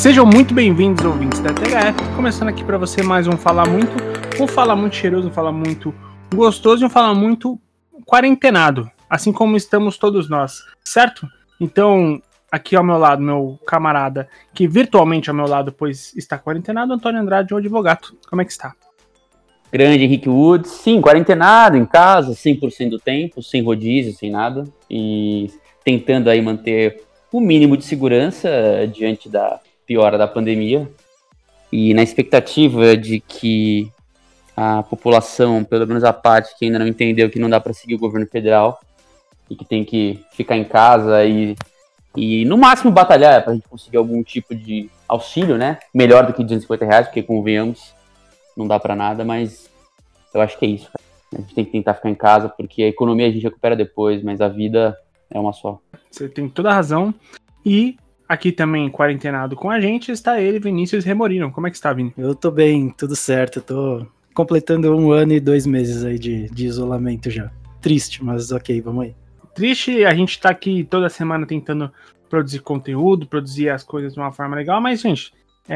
Sejam muito bem-vindos, ouvintes da THF, começando aqui para você mais um Fala Muito cheiroso, um Fala Muito gostoso e um Fala Muito quarentenado, assim como estamos todos nós, certo? Então, aqui ao meu lado, meu camarada, que virtualmente ao meu lado, pois está quarentenado, Antônio Andrade, o advogado. Como é que está? Grande Henrique Woods, sim, quarentenado, em casa, 100% do tempo, sem rodízio, sem nada, e tentando aí manter o mínimo de segurança diante da piora da pandemia, e na expectativa de que a população, pelo menos a parte que ainda não entendeu que não dá para seguir o governo federal, e que tem que ficar em casa e no máximo batalhar para a gente conseguir algum tipo de auxílio, né, melhor do que R$250, porque convenhamos, não dá pra nada, mas eu acho que é isso, cara. A gente tem que tentar ficar em casa, porque a economia a gente recupera depois, mas a vida é uma só. Você tem toda a razão. E aqui também, quarentenado com a gente, está ele, Vinícius Remorino. Como é que está, Vini? Eu tô bem, tudo certo. Eu tô completando 1 ano e 2 meses aí de isolamento já. Triste, mas ok, vamos aí. Triste, a gente tá aqui toda semana tentando produzir conteúdo, produzir as coisas de uma forma legal, mas, gente...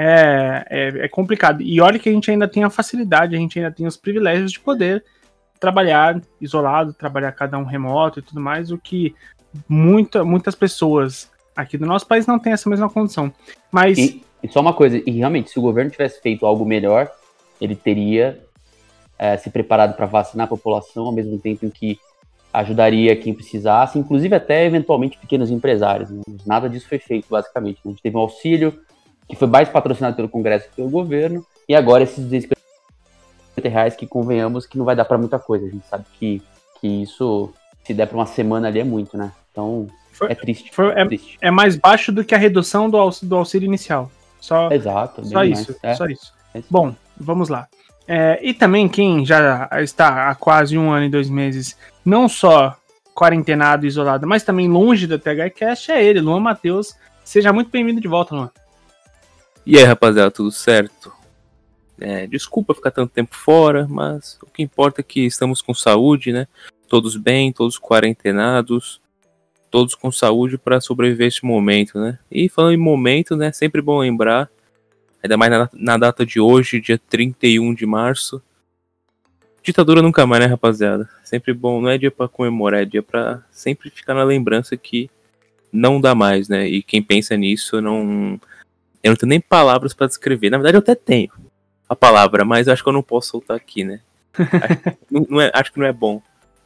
É complicado. E olha que a gente ainda tem a facilidade, a gente ainda tem os privilégios de poder trabalhar isolado, trabalhar cada um remoto e tudo mais, o que muitas pessoas aqui do nosso país não tem essa mesma condição. Mas... E só uma coisa, e realmente, se o governo tivesse feito algo melhor, ele teria se preparado para vacinar a população ao mesmo tempo em que ajudaria quem precisasse, inclusive até eventualmente pequenos empresários. Né? Nada disso foi feito, basicamente. A gente teve um auxílio que foi mais patrocinado pelo Congresso que pelo governo, e agora esses R$250 que convenhamos que não vai dar para muita coisa. A gente sabe que isso, se der para uma semana ali, é muito, né? Então, é triste. Triste. É mais baixo do que a redução do auxílio inicial. Exato. Só isso. Bom, vamos lá. E também quem já está há quase 1 ano e 2 meses, não só quarentenado e isolado, mas também longe da THCast, é ele, Luan Matheus. Seja muito bem-vindo de volta, Luan. E aí, rapaziada, tudo certo? Desculpa ficar tanto tempo fora, mas o que importa é que estamos com saúde, né? Todos bem, todos quarentenados, todos com saúde para sobreviver a este momento, né? E falando em momento, né? Sempre bom lembrar, ainda mais na data de hoje, dia 31 de março. Ditadura nunca mais, né, rapaziada? Sempre bom, não é dia para comemorar, é dia para sempre ficar na lembrança que não dá mais, né? E quem pensa nisso Eu não tenho nem palavras pra descrever. Na verdade, eu até tenho a palavra, mas acho que eu não posso soltar aqui, né? Acho que não é bom.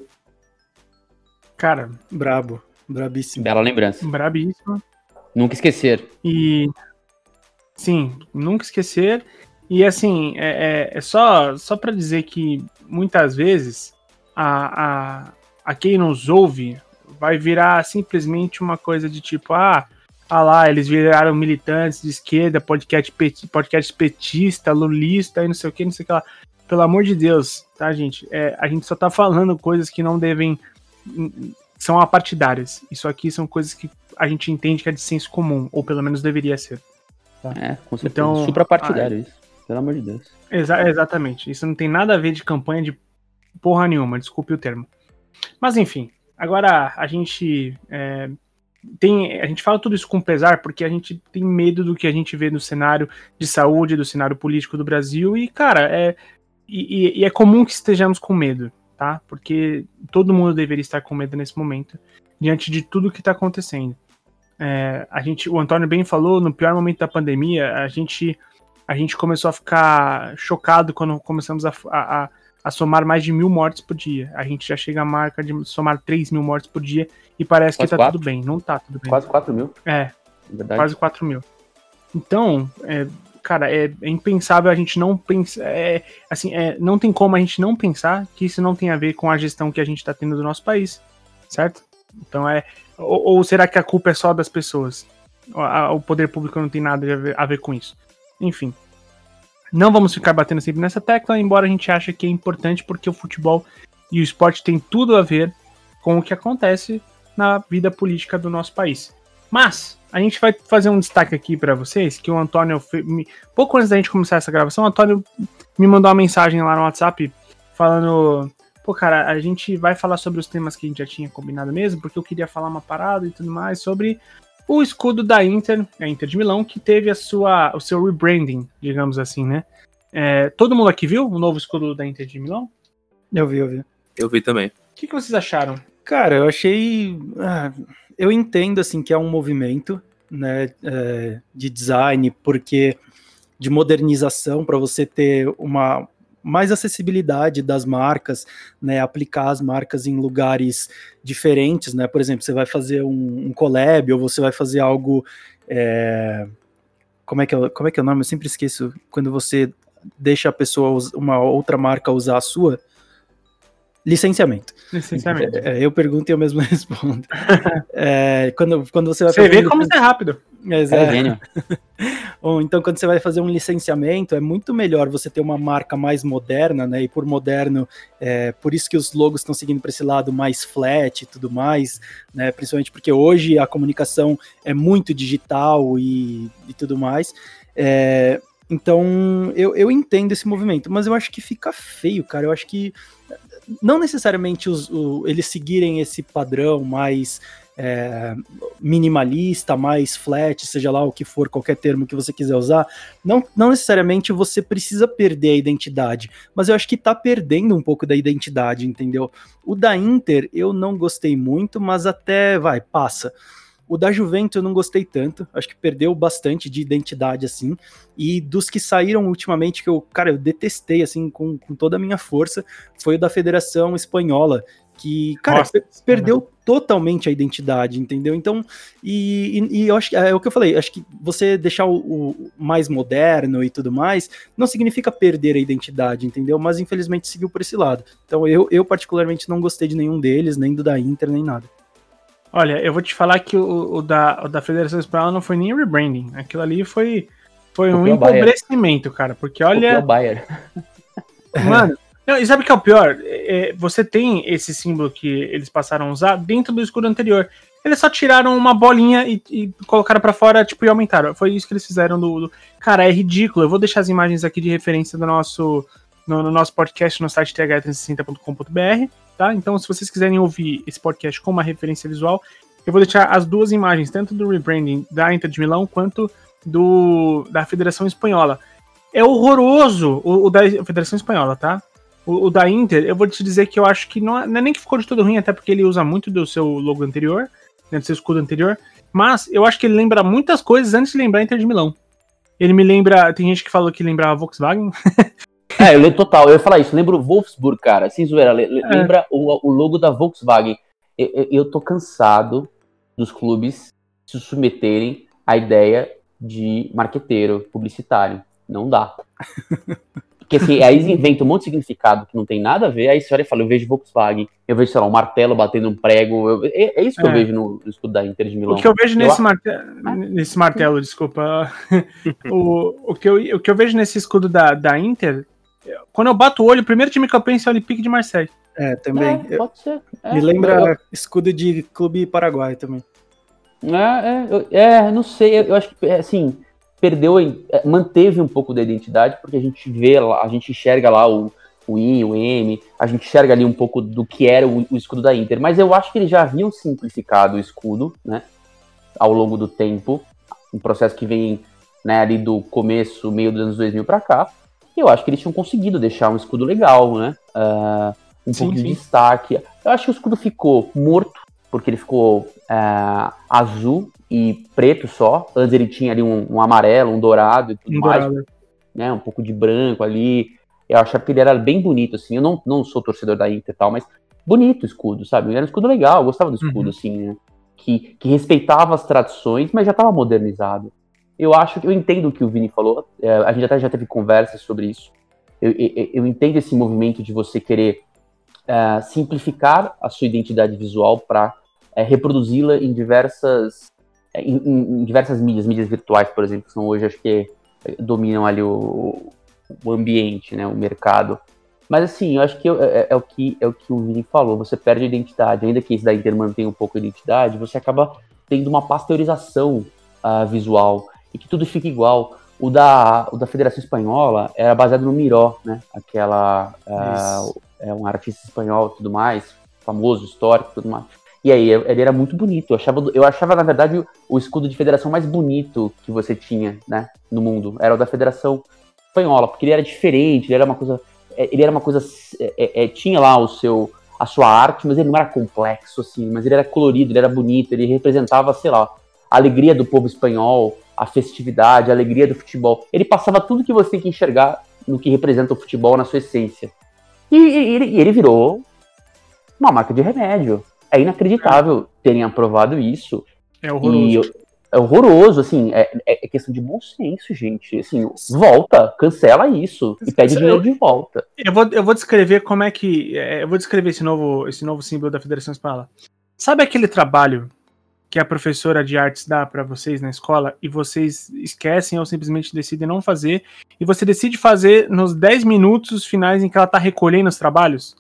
Cara, brabíssimo. Bela lembrança. Brabíssimo. Nunca esquecer. E... Sim, nunca esquecer. E assim, só pra dizer que muitas vezes a quem nos ouve vai virar simplesmente uma coisa de tipo, lá, eles viraram militantes de esquerda, podcast petista, lulista e não sei o que lá. Pelo amor de Deus, tá, gente? A gente só tá falando coisas que não devem... São apartidárias. Isso aqui são coisas que a gente entende que é de senso comum, ou pelo menos deveria ser. Tá? Com certeza. Então, suprapartidário isso. Pelo amor de Deus. Exatamente. Isso não tem nada a ver de campanha de porra nenhuma, desculpe o termo. Mas enfim, agora a gente... A gente fala tudo isso com pesar porque a gente tem medo do que a gente vê no cenário de saúde, do cenário político do Brasil e, cara, é comum que estejamos com medo, tá? Porque todo mundo deveria estar com medo nesse momento, diante de tudo que está acontecendo. O Antônio bem falou, no pior momento da pandemia, a gente começou a ficar chocado quando começamos a somar mais de 1.000 mortes por dia. A gente já chega à marca de somar 3.000 mortes por dia e parece que tá 4. tudo bem. Não tá tudo bem. Quase 4.000. Verdade. Quase 4.000. Então, cara, é impensável a gente não pensar... não tem como a gente não pensar que isso não tem a ver com a gestão que a gente tá tendo do nosso país, certo? Então ou será que a culpa é só das pessoas? O poder público não tem nada a ver com isso. Enfim. Não vamos ficar batendo sempre nessa tecla, embora a gente ache que é importante porque o futebol e o esporte têm tudo a ver com o que acontece na vida política do nosso país. Mas a gente vai fazer um destaque aqui para vocês, que o Antônio, pouco antes da gente começar essa gravação, o Antônio me mandou uma mensagem lá no WhatsApp falando: pô, cara, a gente vai falar sobre os temas que a gente já tinha combinado mesmo, porque eu queria falar uma parada e tudo mais sobre o escudo da Inter, a Inter de Milão, que teve o seu rebranding, digamos assim, né? Todo mundo aqui viu o novo escudo da Inter de Milão? Eu vi. Eu vi também. O que vocês acharam? Cara, eu achei... eu entendo, assim, que é um movimento, né, de design, porque de modernização, para você ter uma mais acessibilidade das marcas, né, aplicar as marcas em lugares diferentes, né, por exemplo, você vai fazer um collab, ou você vai fazer algo, como é que é o nome? Eu sempre esqueço, quando você deixa a pessoa, uma outra marca usar a sua. Licenciamento. Eu pergunto e eu mesmo respondo. Quando você vai fazer vê como isso é rápido. Gênio. Ou então, quando você vai fazer um licenciamento, é muito melhor você ter uma marca mais moderna, né? E por moderno, por isso que os logos estão seguindo para esse lado mais flat e tudo mais, né? Principalmente porque hoje a comunicação é muito digital e tudo mais. Então, eu entendo esse movimento, mas eu acho que fica feio, cara. Eu acho que não necessariamente eles seguirem esse padrão mais minimalista, mais flat, seja lá o que for, qualquer termo que você quiser usar, não necessariamente você precisa perder a identidade, mas eu acho que tá perdendo um pouco da identidade, entendeu? O da Inter eu não gostei muito, mas até passa. O da Juventus eu não gostei tanto, acho que perdeu bastante de identidade, assim, e dos que saíram ultimamente, que eu detestei, assim, com toda a minha força, foi o da Federação Espanhola, que, cara, perdeu totalmente a identidade, entendeu? Então, e eu acho que é o que eu falei, acho que você deixar o mais moderno e tudo mais, não significa perder a identidade, entendeu? Mas, infelizmente, seguiu por esse lado. Então, eu particularmente não gostei de nenhum deles, nem do da Inter, nem nada. Olha, eu vou te falar que o da Federação Espanhola não foi nem rebranding. Aquilo ali foi um empobrecimento, cara. Porque olha. O Bayern. Mano, não, e sabe o que é o pior? Você tem esse símbolo que eles passaram a usar dentro do escudo anterior. Eles só tiraram uma bolinha e colocaram pra fora, tipo, e aumentaram. Foi isso que eles fizeram Cara, é ridículo. Eu vou deixar as imagens aqui de referência do no nosso podcast no site th360.com.br. Tá? Então, se vocês quiserem ouvir esse podcast com uma referência visual, eu vou deixar as duas imagens, tanto do rebranding da Inter de Milão, quanto da Federação Espanhola. É horroroso o da Federação Espanhola, tá? O da Inter, eu vou te dizer que eu acho que não é nem que ficou de todo ruim, até porque ele usa muito do seu logo anterior, né, do seu escudo anterior, mas eu acho que ele lembra muitas coisas antes de lembrar Inter de Milão. Ele me lembra, tem gente que falou que lembrava Volkswagen. Eu lembro total, eu ia falar isso, lembro o Wolfsburg, cara, sem zoeira, lembra o logo da Volkswagen. Eu tô cansado dos clubes se submeterem à ideia de marqueteiro, publicitário, não dá. Porque assim, aí eles inventam um monte de significado que não tem nada a ver, aí você olha e fala, eu vejo Volkswagen, eu vejo, sei lá, um martelo batendo um prego, é isso que eu vejo no escudo da Inter de Milão. O que eu vejo nesse martelo, desculpa, o que eu vejo nesse escudo da Inter, quando eu bato o olho, o primeiro time que eu penso é o Olympique de Marseille. Também. Pode ser. Me lembra escudo de clube paraguaio também. Não sei, eu acho que, assim, manteve um pouco da identidade, porque a gente vê lá, a gente enxerga lá o I, o M, a gente enxerga ali um pouco do que era o escudo da Inter, mas eu acho que eles já haviam simplificado o escudo, né, ao longo do tempo, um processo que vem, né, ali do começo, meio dos anos 2000 pra cá, e eu acho que eles tinham conseguido deixar um escudo legal, né, pouco de destaque. Eu acho que o escudo ficou morto, porque ele ficou azul e preto só. Antes ele tinha ali um amarelo, um dourado e tudo mais. Né, um pouco de branco ali. Eu achava que ele era bem bonito, assim. Eu não sou torcedor da Inter e tal, mas bonito o escudo, sabe? Era um escudo legal, eu gostava do escudo, assim, né? Que respeitava as tradições, mas já estava modernizado. Eu entendo o que o Vini falou. A gente até já teve conversas sobre isso. Eu entendo esse movimento de você querer simplificar a sua identidade visual para reproduzi-la em diversas mídias virtuais, por exemplo, que são hoje, acho que dominam ali o ambiente, né, o mercado. Mas assim, eu acho que é o que o Vini falou, você perde a identidade, ainda que esse da Inter mantenha um pouco a identidade, você acaba tendo uma pasteurização visual, e que tudo fica igual. O da Federação Espanhola era baseado no Miró, né, aquela... um artista espanhol e tudo mais, famoso, histórico e tudo mais. E aí ele era muito bonito. Eu achava, na verdade, o escudo de federação mais bonito que você tinha, né, no mundo. Era o da Federação Espanhola, porque ele era diferente, ele era uma coisa. Tinha lá a sua arte, mas ele não era complexo, assim, mas ele era colorido, ele era bonito, ele representava, sei lá, a alegria do povo espanhol, a festividade, a alegria do futebol. Ele passava tudo que você tem que enxergar no que representa o futebol na sua essência. E ele virou uma marca de remédio. É inacreditável terem aprovado isso. É horroroso. É horroroso, assim, é questão de bom senso, gente. Assim, volta, cancela isso e pede dinheiro de volta. Eu vou descrever como é que... eu vou descrever esse novo símbolo da Federação Espanhola. Sabe aquele trabalho que a professora de artes dá pra vocês na escola e vocês esquecem ou simplesmente decidem não fazer e você decide fazer nos 10 minutos finais em que ela tá recolhendo os trabalhos?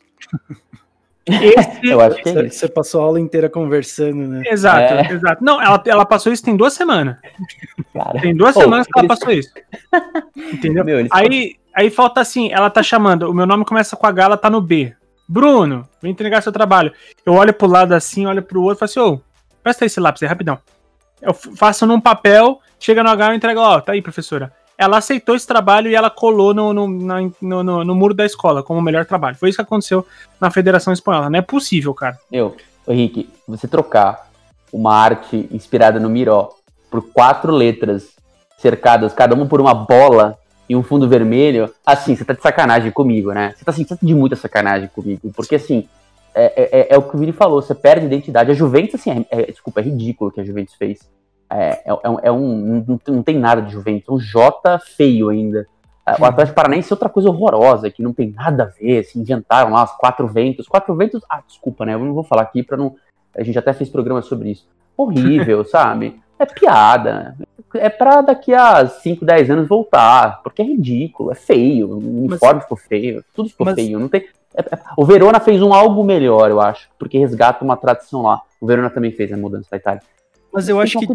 Eu acho que é isso. Você passou a aula inteira conversando, né? Exato. Não, ela passou isso tem 2 semanas. Cara. Tem 2 semanas que ela passou isso. Entendeu? Aí falta assim, ela tá chamando, o meu nome começa com H, ela tá no B. Bruno, vem entregar seu trabalho. Eu olho pro lado assim, olho pro outro e falo assim, presta esse lápis aí, rapidão. Eu faço num papel, chega no H e entrego, tá aí, professora. Ela aceitou esse trabalho e ela colou no muro da escola como o melhor trabalho. Foi isso que aconteceu na Federação Espanhola. Não é possível, cara. Henrique, você trocar uma arte inspirada no Miró por 4 letras cercadas, cada uma por uma bola e um fundo vermelho, assim, você tá de sacanagem comigo, né? Você tá de muita sacanagem comigo, porque assim, é o que o Vini falou, você perde identidade. A Juventus, assim, desculpa, é ridículo o que a Juventus fez. Não tem nada de Juventus, um J feio ainda. O Atlético Paranaense é outra coisa horrorosa, que não tem nada a ver, se inventaram lá as 4 ventos, desculpa, né, eu não vou falar aqui pra não... A gente até fez programa sobre isso. Horrível, sabe? É piada, é pra daqui a 5, 10 anos voltar, porque é ridículo, é feio, o uniforme ficou feio, tudo ficou feio, não tem... O Verona fez algo melhor, eu acho, porque resgata uma tradição lá. O Verona também fez a mudança da Itália. Mas eu acho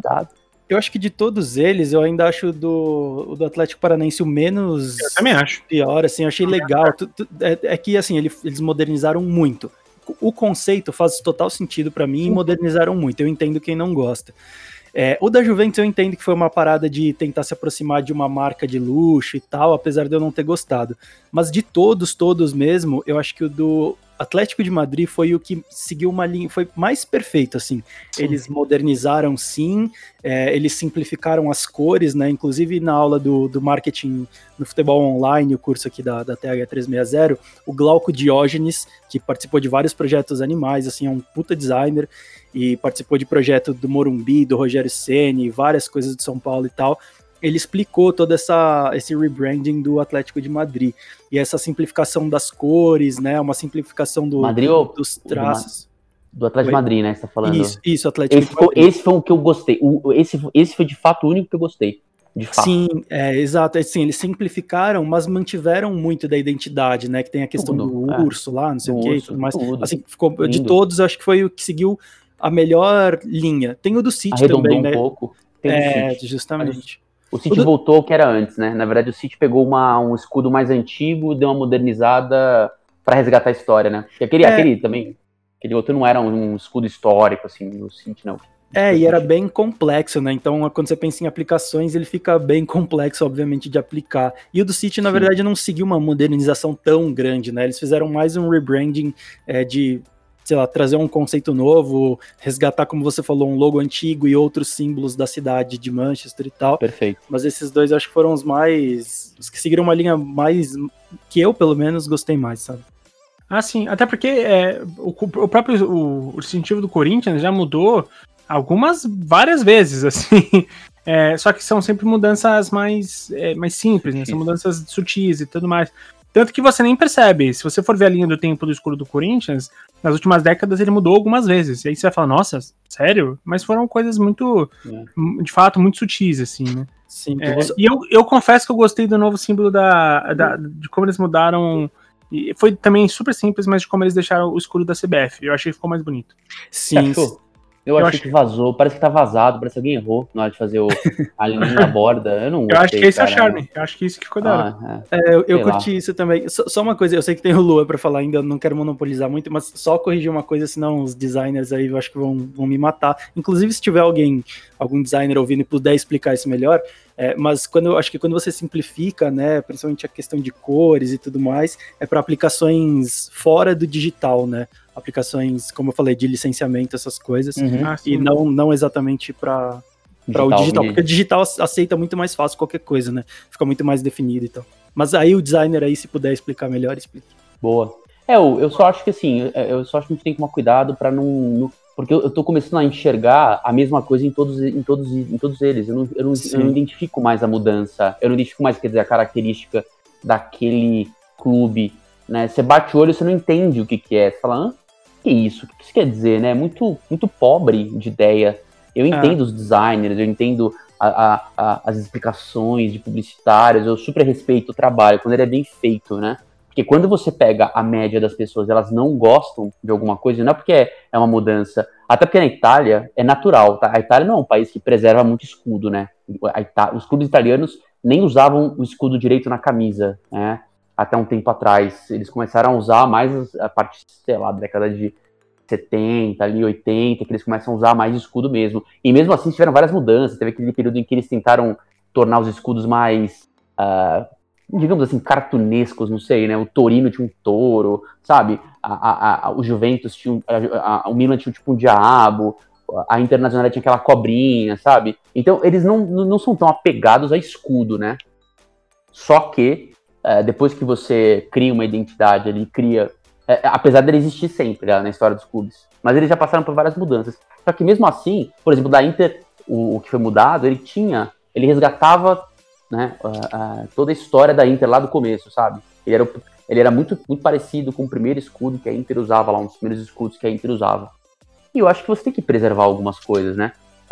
que de todos eles, eu ainda acho do Atlético Paranaense o menos... Eu também acho. Pior, assim, eu achei legal. É que, assim, eles modernizaram muito. O conceito faz total sentido pra mim e modernizaram muito. Eu entendo quem não gosta. O da Juventus eu entendo que foi uma parada de tentar se aproximar de uma marca de luxo e tal, apesar de eu não ter gostado. Mas de todos mesmo, eu acho que o do Atlético de Madrid foi o que seguiu uma linha, foi mais perfeito, assim. Sim. Eles modernizaram, sim, eles simplificaram as cores, né, inclusive na aula do marketing no futebol online, o curso aqui da TH360, o Glauco Diógenes, que participou de vários projetos animais, assim, é um puta designer, e participou de projeto do Morumbi, do Rogério Ceni, várias coisas de São Paulo e tal. Ele explicou todo esse rebranding do Atlético de Madrid. E essa simplificação das cores, né? Uma simplificação dos traços. Do Atlético de Madrid, né? Você tá falando. Isso, Atlético de Madrid. Esse foi o que eu gostei. Esse foi de fato o único que eu gostei. De fato. Sim, exato. Assim, eles simplificaram, mas mantiveram muito da identidade, né? Que tem a questão do urso lá, não sei o que e tudo mais. Assim, ficou, de todos, eu acho que foi o que seguiu a melhor linha. Tem o do City também, né? Um pouco. Tem o City. Justamente. O City voltou ao que era antes, né? Na verdade, o City pegou um escudo mais antigo, deu uma modernizada pra resgatar a história, né? Porque aquele outro não era um escudo histórico, assim, o City não. E era bem complexo, né? Então, quando você pensa em aplicações, ele fica bem complexo, obviamente, de aplicar. E o do City, na verdade, não seguiu uma modernização tão grande, né? Eles fizeram mais um rebranding de... sei lá, trazer um conceito novo, resgatar, como você falou, um logo antigo e outros símbolos da cidade de Manchester e tal. Perfeito. Mas esses dois eu acho que foram os que seguiram uma linha mais, que eu, pelo menos, gostei mais, sabe? Ah, sim. Até porque o próprio distintivo do Corinthians já mudou várias vezes, assim. Só que são sempre mudanças mais simples, né? São mudanças sutis e tudo mais. Tanto que você nem percebe. Se você for ver a linha do tempo do escudo do Corinthians, nas últimas décadas ele mudou algumas vezes. E aí você vai falar, nossa, sério? Mas foram coisas muito, de fato, muito sutis, assim, né? Sim. E eu confesso que eu gostei do novo símbolo de como eles mudaram. E foi também super simples, mas de como eles deixaram o escudo da CBF. Eu achei que ficou mais bonito. Sim. Eu achei que vazou, parece que tá vazado, parece que alguém errou na hora de fazer a linha na borda. Eu não gostei, eu acho que esse é o charme, né? eu acho que isso que ficou da hora. Eu curti isso também. Só uma coisa, eu sei que tem o Lua pra falar ainda, não quero monopolizar muito, mas só corrigir uma coisa, senão os designers aí eu acho que vão me matar. Inclusive, se tiver algum designer ouvindo e puder explicar isso melhor, mas acho que quando você simplifica, né, principalmente a questão de cores e tudo mais, é para aplicações fora do digital, né? Aplicações, como eu falei, de licenciamento, essas coisas, e não exatamente para o digital, porque o digital aceita muito mais fácil qualquer coisa, né? Fica muito mais definido e tal. Mas aí o designer aí, se puder explicar melhor, explica. Boa. Eu só acho que assim, eu só acho que a gente tem que tomar cuidado para não porque eu tô começando a enxergar a mesma coisa em todos eles. Eu não identifico mais a mudança, eu não identifico mais, quer dizer, a característica daquele clube, né? Você bate o olho, você não entende o que é. Você fala, que isso? O que isso quer dizer, né? Muito pobre de ideia. Eu entendo os designers, eu entendo as explicações de publicitários, eu super respeito o trabalho, quando ele é bem feito, né? Porque quando você pega a média das pessoas, elas não gostam de alguma coisa, não é porque é uma mudança, até porque na Itália é natural, tá? A Itália não é um país que preserva muito escudo, né? Os clubes italianos nem usavam o escudo direito na camisa, né? Até um tempo atrás. Eles começaram a usar mais a partir, sei lá, da década de 70, ali 80, que eles começam a usar mais escudo mesmo. E mesmo assim tiveram várias mudanças. Teve aquele período em que eles tentaram tornar os escudos mais, digamos assim, cartunescos, não sei, né? O Torino tinha um touro, sabe? O Juventus tinha o Milan tinha tipo um diabo, a Internazionale tinha aquela cobrinha, sabe? Então eles não são tão apegados a escudo, né? Só que depois que você cria uma identidade ali, apesar dele existir sempre, né, na história dos clubes, mas eles já passaram por várias mudanças. Só que mesmo assim, por exemplo, da Inter, o que foi mudado, ele resgatava, né, toda a história da Inter lá do começo, sabe? Ele era muito, muito parecido com o primeiro escudo que a Inter usava lá, um dos primeiros escudos que a Inter usava. E eu acho que você tem que preservar algumas coisas, né?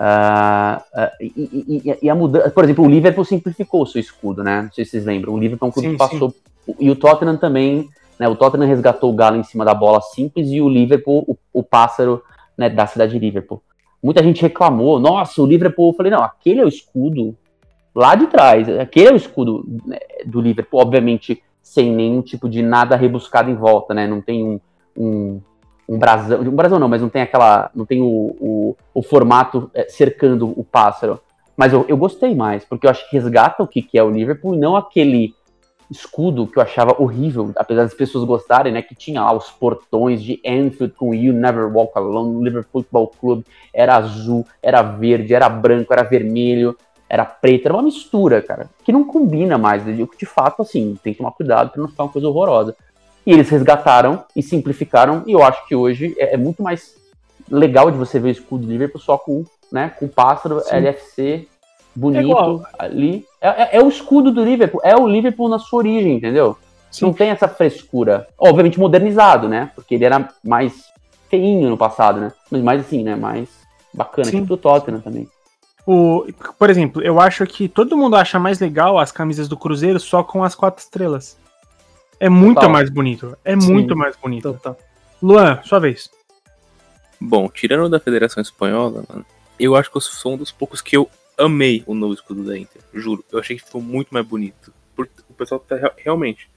E a mudança, por exemplo, o Liverpool simplificou o seu escudo, né? Não sei se vocês lembram. O Liverpool é um clube que passou. E o Tottenham também, né? O Tottenham resgatou o galo em cima da bola simples e o Liverpool, o pássaro, né, da cidade de Liverpool. Muita gente reclamou, nossa, o Liverpool. Eu falei, não, aquele é o escudo lá de trás. Aquele é o escudo, né, do Liverpool, obviamente, sem nenhum tipo de nada rebuscado em volta, né? Não tem um brasão não, mas não tem o formato cercando o pássaro. Mas eu gostei mais, porque eu acho que resgata o que é o Liverpool e não aquele escudo que eu achava horrível, apesar das pessoas gostarem, né, que tinha lá os portões de Anfield com You Never Walk Alone, Liverpool Football Club, era azul, era verde, era branco, era vermelho, era preto, era uma mistura, cara, que não combina mais, de fato, assim, tem que tomar cuidado pra não ficar uma coisa horrorosa. E eles resgataram e simplificaram, e eu acho que hoje é muito mais legal de você ver o escudo do Liverpool só com o pássaro, sim, LFC, bonito, ali. É o escudo do Liverpool, é o Liverpool na sua origem, entendeu? Sim. Não tem essa frescura. Obviamente modernizado, né? Porque ele era mais feinho no passado, né? Mas mais assim, né? Mais bacana, sim, tipo o Tottenham também. Por exemplo, eu acho que todo mundo acha mais legal as camisas do Cruzeiro só com as 4 estrelas. É muito mais bonito. É muito mais bonito. Total. Luan, sua vez. Bom, tirando da Federação Espanhola, mano, eu acho que eu sou um dos poucos que eu amei o novo escudo da Inter. Juro. Eu achei que ficou muito mais bonito. Porque o pessoal tá realmente...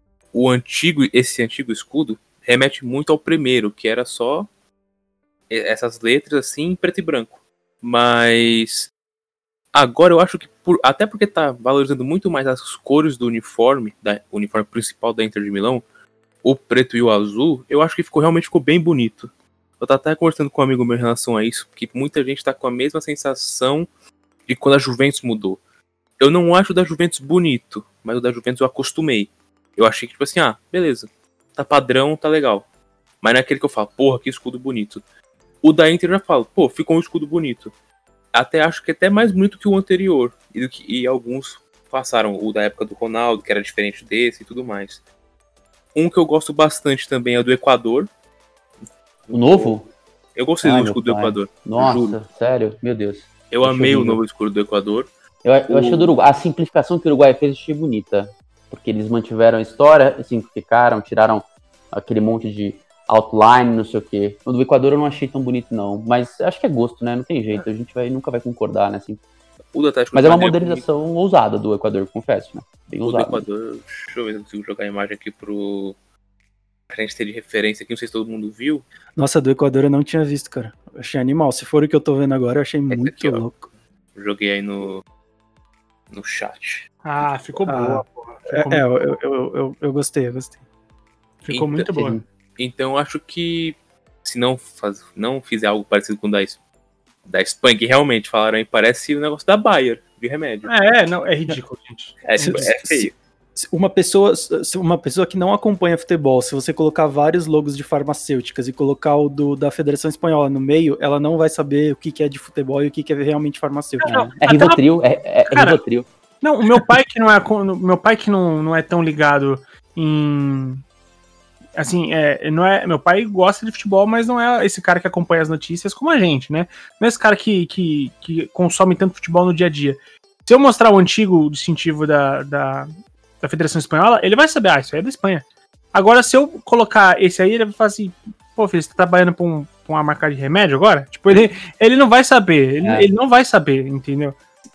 Esse antigo escudo remete muito ao primeiro, que era só essas letras assim em preto e branco. Mas... Agora eu acho que, até porque tá valorizando muito mais as cores do uniforme, o uniforme principal da Inter de Milão, o preto e o azul, eu acho que realmente ficou bem bonito. Eu tava até conversando com um amigo meu em relação a isso, porque muita gente tá com a mesma sensação de quando a Juventus mudou. Eu não acho o da Juventus bonito, mas o da Juventus eu acostumei. Eu achei que, tipo assim, beleza, tá padrão, tá legal. Mas não é aquele que eu falo, porra, que escudo bonito. O da Inter eu já falo, pô, ficou um escudo bonito. Até acho que é até mais bonito que o anterior. E alguns passaram o da época do Ronaldo, que era diferente desse e tudo mais. Um que eu gosto bastante também é o do Equador. O novo? Eu gostei do escudo do Equador. Nossa, juro. Sério? Meu Deus. Eu amei o novo escudo do Equador. Eu achei do Uruguai. A simplificação que o Uruguai fez eu achei bonita. Porque eles mantiveram a história, simplificaram, tiraram aquele monte de outline, não sei o quê. O do Equador eu não achei tão bonito, não. Mas acho que é gosto, né? Não tem jeito. A gente nunca vai concordar, né? Assim. O do Atlético Mas é uma modernização ousada do Equador, confesso, né? Bem o ousada. do Equador, deixa eu ver se eu consigo jogar a imagem aqui pra gente ter de referência aqui. Não sei se todo mundo viu. Nossa, do Equador eu não tinha visto, cara. Eu achei animal. Se for o que eu tô vendo agora, eu achei muito aqui, louco. Joguei aí no chat. Ah, ficou boa, porra. Eu gostei. Ficou muito boa. Então acho que se não fizer algo parecido com o da Espanha, que realmente falaram aí, parece o negócio da Bayer, de remédio. Não, é ridículo, gente. É feio. Uma pessoa que não acompanha futebol, se você colocar vários logos de farmacêuticas e colocar o da Federação Espanhola no meio, ela não vai saber o que é de futebol e o que é realmente farmacêutico. É Rivotril, é Rivotril. Não, o meu pai que não é tão ligado em... Assim, meu pai gosta de futebol, mas não é esse cara que acompanha as notícias como a gente, né? Não é esse cara que consome tanto futebol no dia a dia. Se eu mostrar o antigo distintivo da Federação Espanhola, ele vai saber, isso aí é da Espanha. Agora, se eu colocar esse aí, ele vai falar assim, pô, filho, você tá trabalhando pra uma marca de remédio agora? Tipo, ele não vai saber, ele não vai saber, entendeu?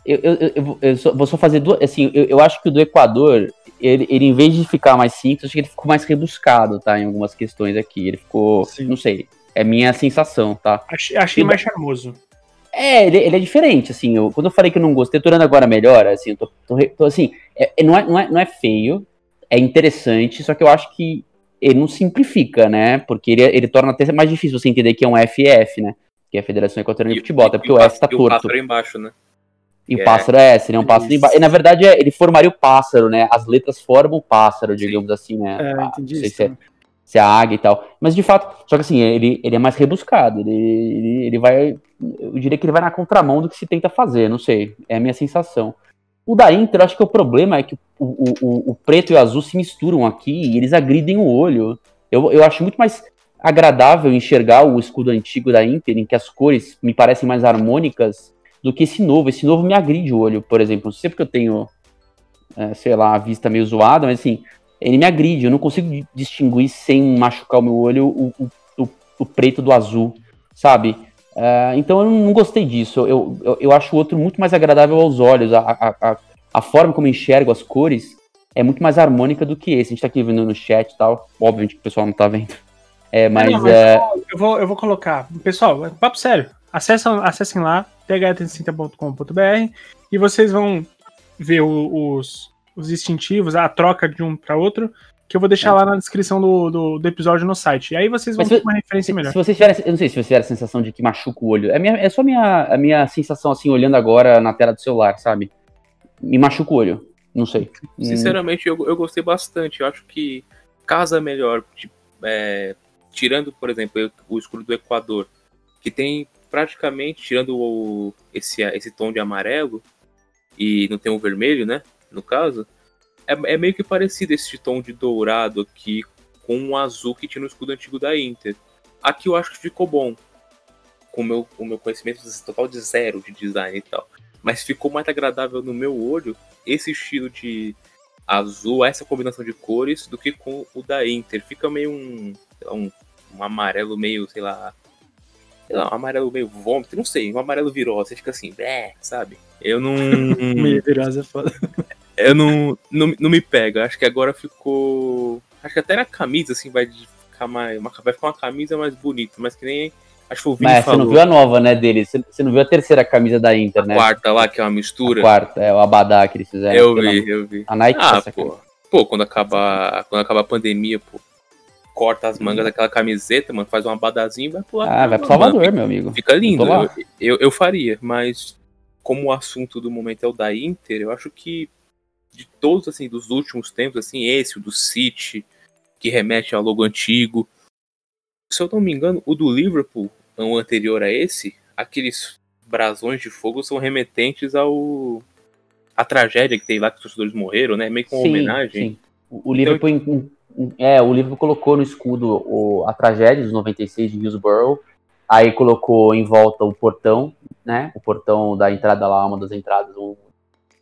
Eu vou só fazer duas, assim, eu acho que o do Equador, ele em vez de ficar mais simples, acho que ele ficou mais rebuscado, tá, em algumas questões aqui, ele ficou, não sei, é minha sensação, tá? Achei mais charmoso. Ele é diferente, assim, quando eu falei que eu não gostei, tô olhando agora melhor, assim, tô assim, não é feio, é interessante, só que eu acho que ele não simplifica, né, porque ele torna até mais difícil você entender que é um FF, né, que é a Federação Equatoriana de Futebol, até porque o F tá torto. E o pássaro embaixo, né? E o pássaro seria um pássaro embaixo. E na verdade ele formaria o pássaro, né? As letras formam o pássaro, digamos assim, né? Entendi não sei isso. se é a águia e tal. Mas de fato, só que assim, ele é mais rebuscado. Ele vai. Eu diria que ele vai na contramão do que se tenta fazer, não sei. É a minha sensação. O da Inter, eu acho que o problema é que o preto e o azul se misturam aqui e eles agridem o olho. Eu acho muito mais agradável enxergar o escudo antigo da Inter, em que as cores me parecem mais harmônicas, do que esse novo. Esse novo me agride o olho, por exemplo. Não sei porque eu tenho, sei lá, a vista meio zoada, mas assim, ele me agride. Eu não consigo distinguir sem machucar o meu olho o preto do azul, sabe? Então eu não gostei disso. Eu acho o outro muito mais agradável aos olhos. A forma como eu enxergo as cores é muito mais harmônica do que esse. A gente tá aqui vendo no chat e tal. Obviamente que o pessoal não tá vendo. Eu vou colocar. Pessoal, papo sério. Acessem lá, th360.com.br, e vocês vão ver os distintivos, a troca de um para outro, que eu vou deixar lá na descrição do episódio no site. E aí vocês vão ter uma referência melhor. Se vocês tiverem, eu não sei se vocês tiverem a sensação de que machuca o olho. É só a minha sensação, assim, olhando agora na tela do celular, sabe? Me machuca o olho. Não sei. Sinceramente, eu gostei bastante. Eu acho que casa melhor. Tirando, por exemplo, o escudo do Equador, que tem praticamente, tirando esse tom de amarelo, e não tem o vermelho, né, no caso, é meio que parecido esse tom de dourado aqui com o azul que tinha no escudo antigo da Inter. Aqui eu acho que ficou bom, com o meu conhecimento total de zero de design e tal, mas ficou mais agradável no meu olho esse estilo de azul, essa combinação de cores, do que com o da Inter. Fica meio um amarelo meio, sei lá, um amarelo meio vômito, não sei, um amarelo virose, você fica assim, sabe? Eu não... Meio virose é foda. Eu não me pega, acho que agora ficou... Acho que até na camisa, assim, vai ficar uma camisa mais bonita, mas que nem... Acho que o Vini falou. Você não viu a nova, né, dele? Você não viu a terceira camisa da Inter, né? A quarta lá, que é uma mistura. A quarta, o abadá que eles fizeram. Eu vi. A Nike pô, quando acabar a pandemia, pô, corta as mangas daquela camiseta, mano, faz um abadazinho e vai pular. Vai pro Salvador, meu amigo. Fica lindo. Eu faria, mas como o assunto do momento é o da Inter, eu acho que de todos, assim, dos últimos tempos, assim, o do City, que remete ao logo antigo. Se eu não me engano, o do Liverpool, o anterior a esse, aqueles brasões de fogo são remetentes à tragédia que teve lá, que os torcedores morreram, né? Meio com uma homenagem. Sim. O Liverpool colocou no escudo a tragédia dos 96 de Hillsborough, aí colocou em volta o portão, né? O portão da entrada lá, uma das entradas,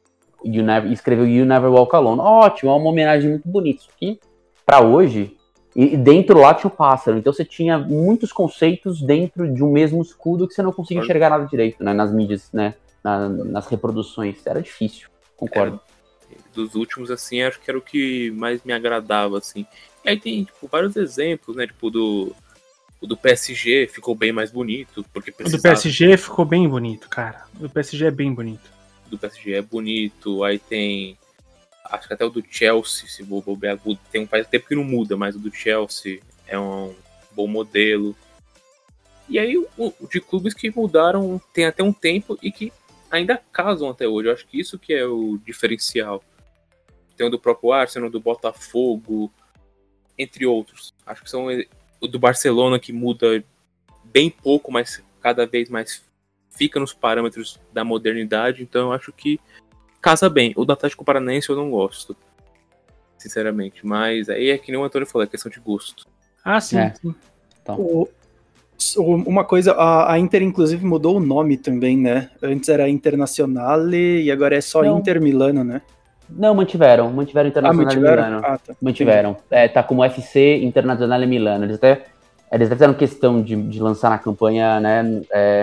escreveu You Never Walk Alone. Ótimo, é uma homenagem muito bonita. Isso aqui, pra hoje, E dentro lá tinha o pássaro, então você tinha muitos conceitos dentro de um mesmo escudo que você não conseguia enxergar nada direito, né, nas mídias, né, nas reproduções, era difícil, concordo. Dos últimos, assim, acho que era o que mais me agradava, assim. E aí tem, tipo, vários exemplos, né, tipo, o do PSG ficou bem mais bonito, porque precisava... O do PSG ficou bem bonito, cara. O do PSG é bem bonito. O do PSG é bonito, aí tem... Acho que até o do Chelsea, se vou bobear, tem faz tempo que não muda, mas o do Chelsea é um bom modelo. E aí o de clubes que mudaram tem até um tempo e que ainda casam até hoje. Eu acho que isso que é o diferencial. Tem o do próprio Arsenal, do Botafogo, entre outros. Acho que são o do Barcelona, que muda bem pouco, mas cada vez mais fica nos parâmetros da modernidade. Então eu acho que casa bem. O do Atlético Paranaense eu não gosto, sinceramente. Mas aí é que nem o Antônio falou, é questão de gosto. Ah, sim. Sim. Então. Uma coisa, a Inter inclusive mudou o nome também, né? Antes era Internazionale e agora é só Inter Milano, né? Não, mantiveram Internazionale Milano. Ah, tá. Mantiveram. Tá como FC Internazionale Milano. Eles até fizeram questão de lançar na campanha, né?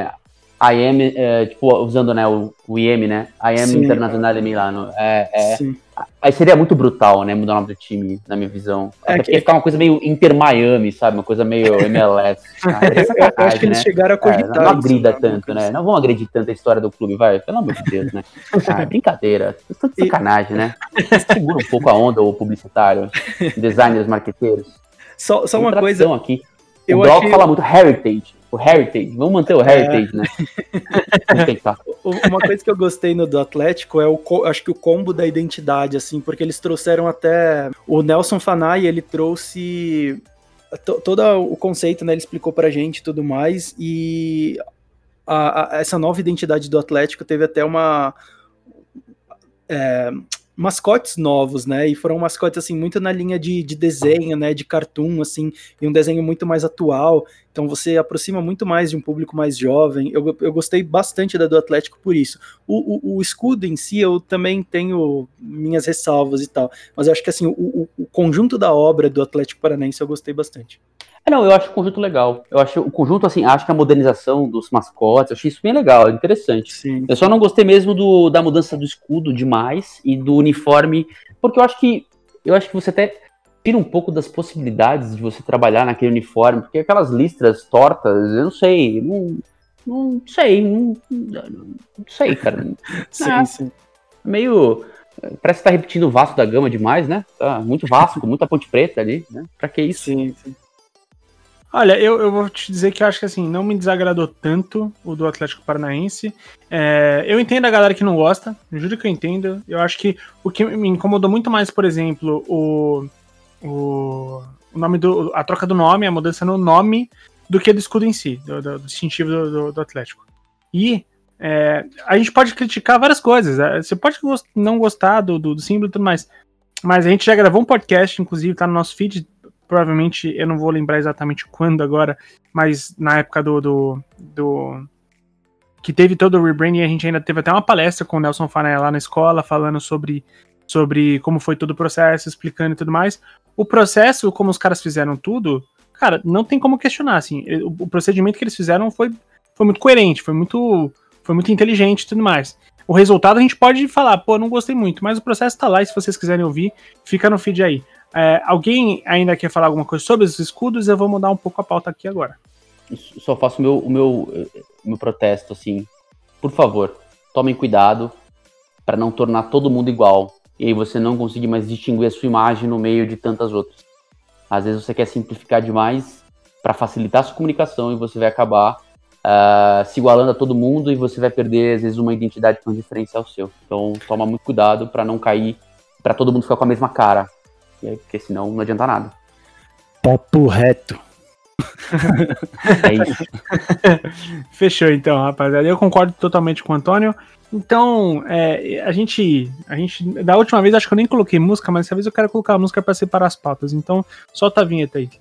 Tipo, usando, né, o IM, né? IM Internazionale Milano. Sim. Aí seria muito brutal, né? Mudar o nome do time, na minha visão. Até porque ia ficar uma coisa meio Inter Miami, sabe? Uma coisa meio MLS. Eu acho que eles chegaram a cogitar. Não agrida tanto, né? Não vão agredir tanto a história do clube, vai. Pelo amor de Deus, né? Brincadeira. Isso de sacanagem, né? Segura um pouco a onda, o publicitário. Designers, marqueteiros. Só uma coisa. Aqui. O Brock fala muito heritage. O heritage. Vamos manter o heritage, né? Uma coisa que eu gostei do Atlético é acho que o combo da identidade, assim, porque eles trouxeram até o Nelson Fanai, ele trouxe todo o conceito, né? Ele explicou pra gente e tudo mais, e essa nova identidade do Atlético teve até mascotes novos, né, e foram mascotes, assim, muito na linha de desenho, né, de cartoon, assim, e um desenho muito mais atual, então você aproxima muito mais de um público mais jovem. Eu gostei bastante do Atlético por isso. O escudo em si, eu também tenho minhas ressalvas e tal, mas eu acho que, assim, o conjunto da obra do Atlético Paranaense eu gostei bastante. Não, eu acho o conjunto legal. Eu acho o conjunto, assim, acho que a modernização dos mascotes, eu achei isso bem legal, interessante. Sim. Eu só não gostei mesmo da mudança do escudo demais e do uniforme, porque eu acho que você até tira um pouco das possibilidades de você trabalhar naquele uniforme, porque aquelas listras tortas, eu não sei, não sei, cara. Sim. Meio... Parece que tá repetindo o Vasco da Gama demais, né? Tá muito Vasco, muita Ponte Preta ali, né? Pra que isso? Sim. Olha, eu vou te dizer que eu acho que, assim, não me desagradou tanto o do Atlético Paranaense. Eu entendo a galera que não gosta, juro que eu entendo. Eu acho que o que me incomodou muito mais, por exemplo, o nome a troca do nome, a mudança no nome, do que do escudo em si, do distintivo do Atlético. E a gente pode criticar várias coisas. Você pode não gostar do símbolo e tudo mais, mas a gente já gravou um podcast, inclusive tá no nosso feed. Provavelmente, eu não vou lembrar exatamente quando agora, mas na época que teve todo o rebranding, a gente ainda teve até uma palestra com o Nelson Fanai lá na escola, falando sobre como foi todo o processo, explicando e tudo mais. O processo, como os caras fizeram tudo, cara, não tem como questionar, assim, o procedimento que eles fizeram foi muito coerente, foi muito inteligente e tudo mais. O resultado a gente pode falar, pô, não gostei muito, mas o processo tá lá, e se vocês quiserem ouvir, fica no feed aí. Alguém ainda quer falar alguma coisa sobre os escudos? Eu vou mudar um pouco a pauta aqui agora. Só faço o meu protesto, assim. Por favor, tomem cuidado para não tornar todo mundo igual. E aí você não conseguir mais distinguir a sua imagem no meio de tantas outras. Às vezes você quer simplificar demais para facilitar a sua comunicação e você vai acabar se igualando a todo mundo e você vai perder, às vezes, uma identidade com diferencial seu. Então, toma muito cuidado para não cair, para todo mundo ficar com a mesma cara. Porque senão não adianta nada. Papo reto. É isso. Fechou então, rapaziada. Eu concordo totalmente com o Antônio. Então, a gente da última vez acho que eu nem coloquei música, mas dessa vez eu quero colocar a música para separar as pautas. Então, solta a vinheta aí.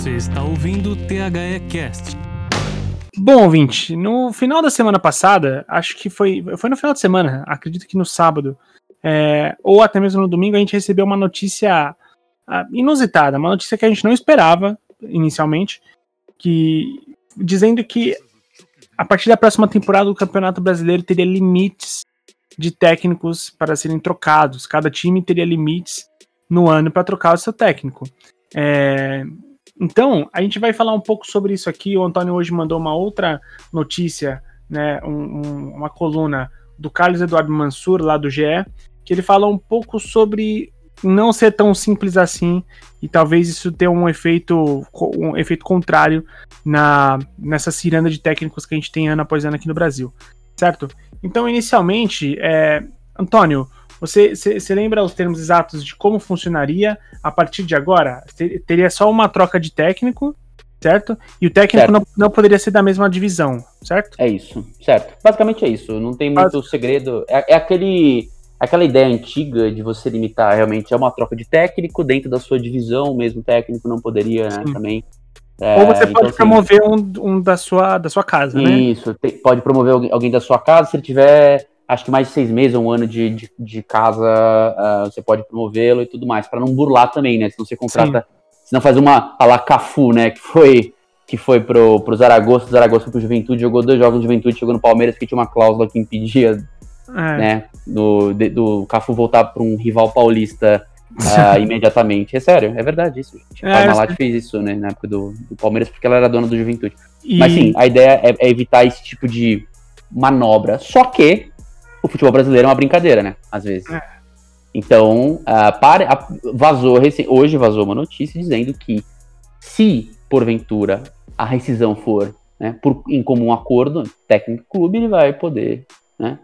Você está ouvindo o THE Cast. Bom, ouvinte, no final da semana passada, acho que foi no final de semana, acredito que no sábado, ou até mesmo no domingo, a gente recebeu uma notícia inusitada, uma notícia que a gente não esperava inicialmente, dizendo que a partir da próxima temporada o Campeonato Brasileiro teria limites de técnicos para serem trocados. Cada time teria limites no ano para trocar o seu técnico. Então, a gente vai falar um pouco sobre isso aqui. O Antônio hoje mandou uma outra notícia, né, uma coluna do Carlos Eduardo Mansur, lá do GE, que ele fala um pouco sobre não ser tão simples assim e talvez isso tenha um efeito contrário nessa ciranda de técnicos que a gente tem ano após ano aqui no Brasil, certo? Então, inicialmente, Antônio, você lembra os termos exatos de como funcionaria a partir de agora? Teria só uma troca de técnico, certo? E o técnico não poderia ser da mesma divisão, certo? É isso, certo. Basicamente é isso, não tem muito segredo. Aquela ideia antiga de você limitar realmente a uma troca de técnico dentro da sua divisão, o mesmo técnico não poderia, né, também. Ou você pode promover um da sua casa, né? Isso, pode promover alguém da sua casa, se ele tiver, acho que mais de 6 meses ou um ano de casa, você pode promovê-lo e tudo mais, para não burlar também, né? Se não você contrata, se não faz uma a la Cafu, né? Que foi pro Zaragoza, o Zaragoza foi pro Juventude, jogou 2 jogos no Juventude, chegou no Palmeiras, que tinha uma cláusula que impedia, né, do Cafu voltar para um rival paulista imediatamente. É sério, é verdade isso, gente. A Parmalat fez isso, né, na época do Palmeiras, porque ela era dona do Juventude. Mas sim, a ideia é evitar esse tipo de manobra. Só que o futebol brasileiro é uma brincadeira, né, às vezes. Então, hoje vazou uma notícia dizendo que se, porventura, a rescisão for, né, em comum acordo, técnico-clube, ele vai poder, né,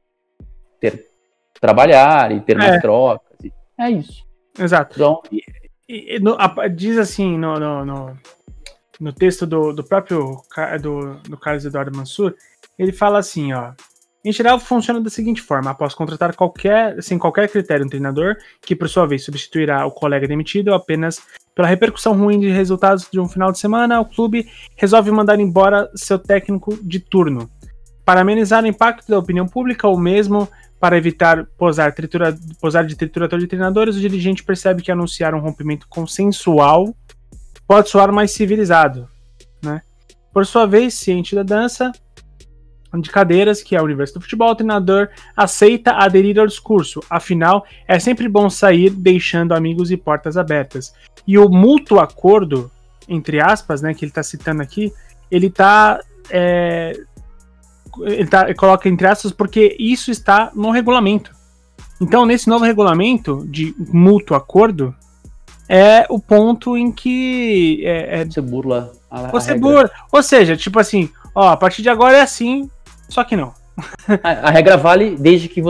trabalhar e ter mais trocas. É isso. Exato. Então, diz assim no texto do próprio do Carlos Eduardo Mansur, ele fala assim, ó: em geral funciona da seguinte forma: após contratar sem qualquer critério um treinador, que por sua vez substituirá o colega demitido apenas pela repercussão ruim de resultados de um final de semana, o clube resolve mandar embora seu técnico de turno. Para amenizar o impacto da opinião pública ou mesmo para evitar posar de triturador de treinadores, o dirigente percebe que anunciar um rompimento consensual pode soar mais civilizado, né? Por sua vez, ciente da dança de cadeiras, que é o universo do futebol, o treinador aceita aderir ao discurso. Afinal, é sempre bom sair deixando amigos e portas abertas. E o mútuo acordo, entre aspas, né, que ele está citando aqui, ele coloca entre aspas porque isso está no regulamento. Então, nesse novo regulamento de mútuo acordo, é o ponto em que você burla você burla. Ou seja, tipo assim, ó, a partir de agora é assim, só que não. A regra vale desde que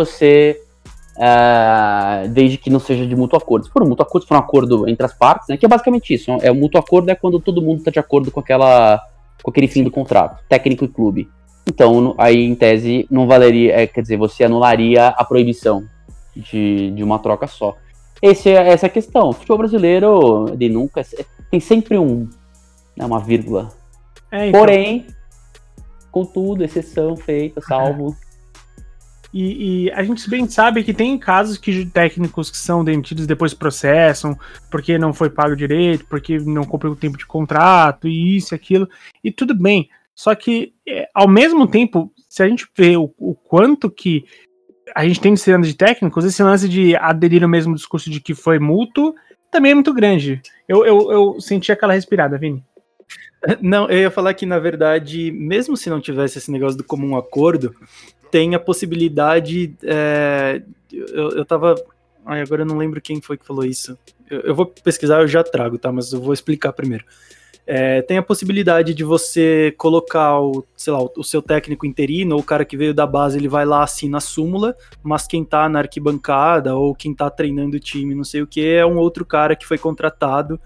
não seja de mútuo acordo. Se for um mútuo acordo, se for um acordo entre as partes, né, que é basicamente isso. O mútuo acordo é quando todo mundo está de acordo com aquele fim do contrato, técnico e clube. Então, aí, em tese, não valeria, quer dizer, você anularia a proibição de uma troca só. Essa é a questão. O futebol brasileiro, ele nunca... Tem sempre uma vírgula. Então. Porém, contudo, exceção feita, salvo... E a gente bem sabe que tem casos que técnicos que são demitidos depois processam, porque não foi pago direito, porque não cumpriu o tempo de contrato, e isso e aquilo, e tudo bem. Só que, ao mesmo tempo, se a gente vê o quanto que a gente tem de ciranda de técnicos, esse lance de aderir ao mesmo discurso de que foi mútuo também é muito grande. Eu senti aquela respirada, Vini. Não, eu ia falar que, na verdade, mesmo se não tivesse esse negócio do comum acordo, tem a possibilidade... eu tava... agora eu não lembro quem foi que falou isso. Eu vou pesquisar, eu já trago, tá? Mas eu vou explicar primeiro. Tem a possibilidade de você colocar o seu técnico interino, ou o cara que veio da base, ele vai lá, assina a súmula, mas quem tá na arquibancada, ou quem tá treinando o time, não sei o que, é um outro cara que foi contratado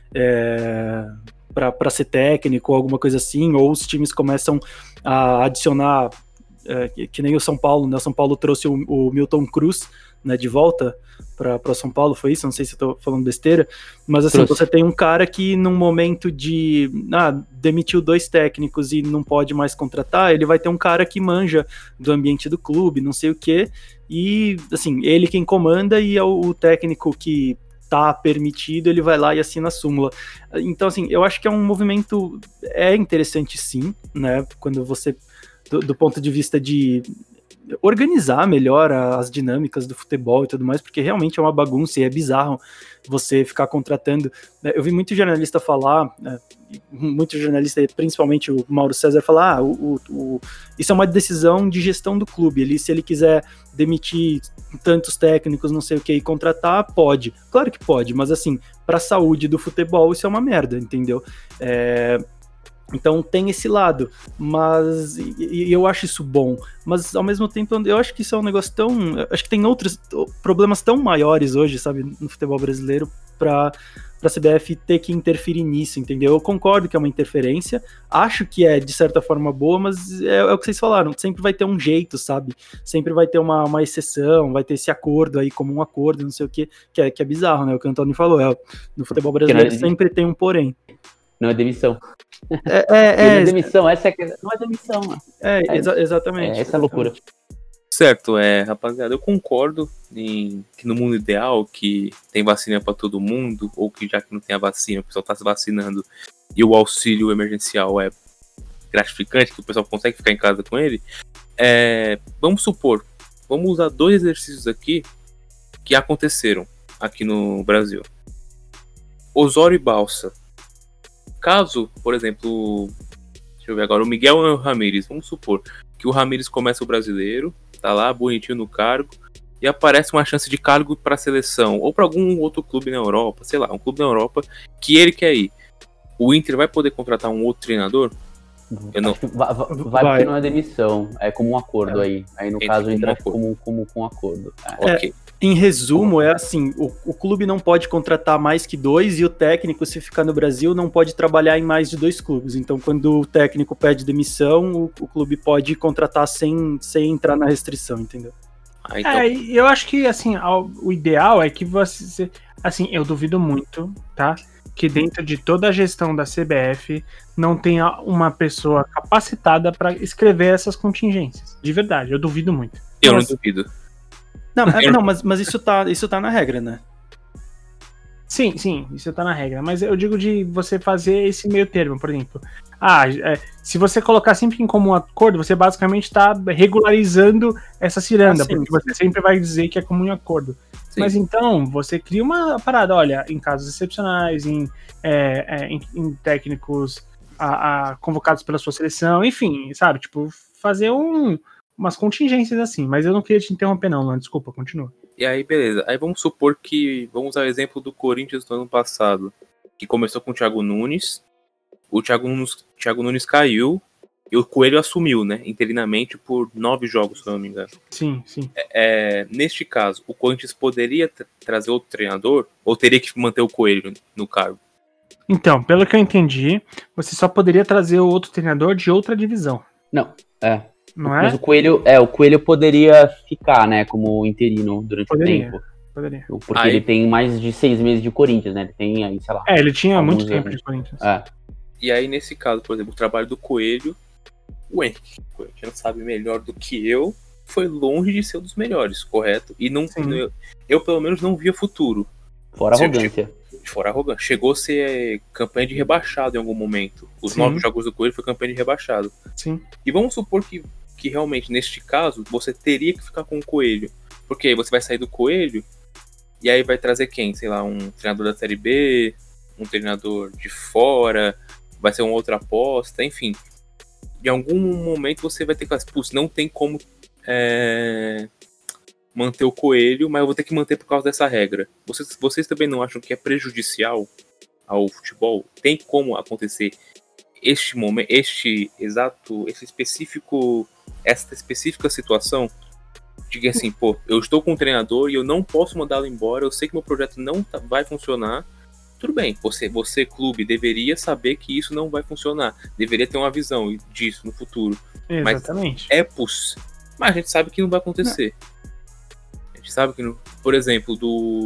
para ser técnico, ou alguma coisa assim, ou os times começam a adicionar, que nem o São Paulo, né? O São Paulo trouxe o Milton Cruz né, de volta para São Paulo, foi isso? Não sei se eu tô falando besteira, mas assim, Trouxe. você tem um cara que num momento de demitiu 2 técnicos e não pode mais contratar, ele vai ter um cara que manja do ambiente do clube, não sei o quê, e assim, ele quem comanda e é o técnico que tá permitido, ele vai lá e assina a súmula. Então assim, eu acho que é um movimento, interessante sim, né, quando você, do ponto de vista de organizar melhor as dinâmicas do futebol e tudo mais, porque realmente é uma bagunça e é bizarro você ficar contratando. Eu vi muito jornalista falar, muito jornalista, principalmente o Mauro César, falar: isso é uma decisão de gestão do clube. Se ele quiser demitir tantos técnicos, não sei o que, e contratar, pode. Claro que pode, mas assim, para a saúde do futebol, isso é uma merda, entendeu? Então tem esse lado, mas e eu acho isso bom, mas ao mesmo tempo eu acho que isso é um negócio acho que tem outros problemas tão maiores hoje, sabe, no futebol brasileiro, para a CBF ter que interferir nisso, entendeu? Eu concordo que é uma interferência, acho que é de certa forma boa, mas é o que vocês falaram, sempre vai ter um jeito, sabe? Sempre vai ter uma exceção, vai ter esse acordo aí como um acordo, não sei o que é bizarro, né? O que o Antônio falou, no futebol brasileiro sempre tem um porém. Não é demissão. Não é demissão, essa é a questão. Não é demissão, mano. Exatamente. Essa é a loucura. Certo, rapaziada, eu concordo que no mundo ideal, que tem vacina pra todo mundo, ou que já que não tem a vacina, o pessoal tá se vacinando e o auxílio emergencial é gratificante, que o pessoal consegue ficar em casa com ele. Vamos supor, vamos usar 2 exercícios aqui que aconteceram aqui no Brasil. Osório e Balsa. Caso, por exemplo, deixa eu ver agora, o Miguel e o Ramírez, vamos supor que o Ramírez começa o brasileiro, tá lá bonitinho no cargo, e aparece uma chance de cargo para a seleção, ou para algum outro clube na Europa, sei lá, um clube na Europa que ele quer ir. O Inter vai poder contratar um outro treinador? Vai porque não é demissão, é como um acordo aí. Aí no caso entra como um acordo. Ok. Em resumo, é assim, o clube não pode contratar mais que 2 e o técnico, se ficar no Brasil, não pode trabalhar em mais de 2 clubes. Então, quando o técnico pede demissão, o clube pode contratar sem entrar na restrição, entendeu? Então... eu acho que, assim, o ideal é que você... Assim, eu duvido muito, tá? Que dentro de toda a gestão da CBF não tenha uma pessoa capacitada para escrever essas contingências. De verdade, eu duvido muito. Eu não duvido. Não, mas isso tá na regra, né? Sim, isso tá na regra. Mas eu digo de você fazer esse meio termo, por exemplo. Se você colocar sempre em comum acordo, você basicamente está regularizando essa ciranda, porque você sempre vai dizer que é comum acordo. Sim. Mas então, você cria uma parada, olha, em casos excepcionais, em técnicos convocados pela sua seleção, enfim, sabe? Tipo, fazer umas contingências assim, mas eu não queria te interromper não, Luan, desculpa, continua. E aí, beleza. Aí vamos supor que, vamos usar o exemplo do Corinthians do ano passado, que começou com o Thiago Nunes, o Thiago Nunes caiu e o Coelho assumiu, né, interinamente por 9 jogos, se eu não me engano. Sim. Neste caso, o Corinthians poderia trazer outro treinador ou teria que manter o Coelho no cargo? Então, pelo que eu entendi, você só poderia trazer o outro treinador de outra divisão. Não, Não mas o Coelho poderia ficar, né, como interino durante o tempo. Poderia. Porque ele tem mais de 6 meses de Corinthians, né? Ele tem aí, sei lá. Ele tinha muito tempo de Corinthians. E aí, nesse caso, por exemplo, o trabalho do Coelho, o Henrique não sabe melhor do que eu, foi longe de ser um dos melhores, correto? E não, eu pelo menos não via futuro. Fora arrogância. Fora arrogância. Chegou a ser campanha de rebaixado em algum momento. Os 9 jogos do Coelho foi campanha de rebaixado. Sim. E vamos supor que realmente, neste caso, você teria que ficar com o Coelho. Porque aí você vai sair do Coelho e aí vai trazer quem? Sei lá, um treinador da Série B, um treinador de fora, vai ser uma outra aposta, enfim. Em algum momento você vai ter que... não tem como manter o Coelho, mas eu vou ter que manter por causa dessa regra. Vocês também não acham que é prejudicial ao futebol? Tem como acontecer essa específica situação de que assim, eu estou com um treinador e eu não posso mandá-lo embora, eu sei que meu projeto não vai funcionar. Tudo bem, você clube deveria saber que isso não vai funcionar, deveria ter uma visão disso no futuro. Exatamente. Mas a gente sabe que não vai acontecer. gente sabe que, por exemplo,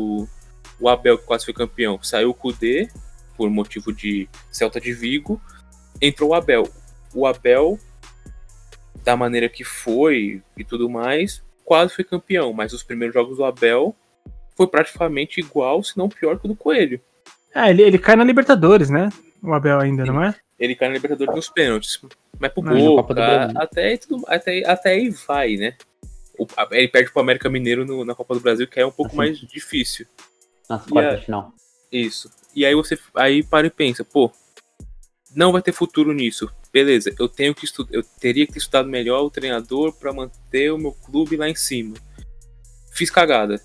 o Abel, que quase foi campeão, saiu o Kudê, por motivo de Celta de Vigo, entrou o Abel. O Abel, da maneira que foi e tudo mais, quase foi campeão, mas os primeiros jogos do Abel foi praticamente igual, se não pior que o do Coelho. Ele cai na Libertadores, né? O Abel ainda, não é? Ele cai na Libertadores nos pênaltis. Mas por pouco, até aí vai, né? Ele perde pro América Mineiro na Copa do Brasil, que é um pouco mais difícil. Nas quartas de final. Isso. E aí você para e pensa, pô, não vai ter futuro nisso. Beleza, eu teria que ter estudado melhor o treinador para manter o meu clube lá em cima. Fiz cagada.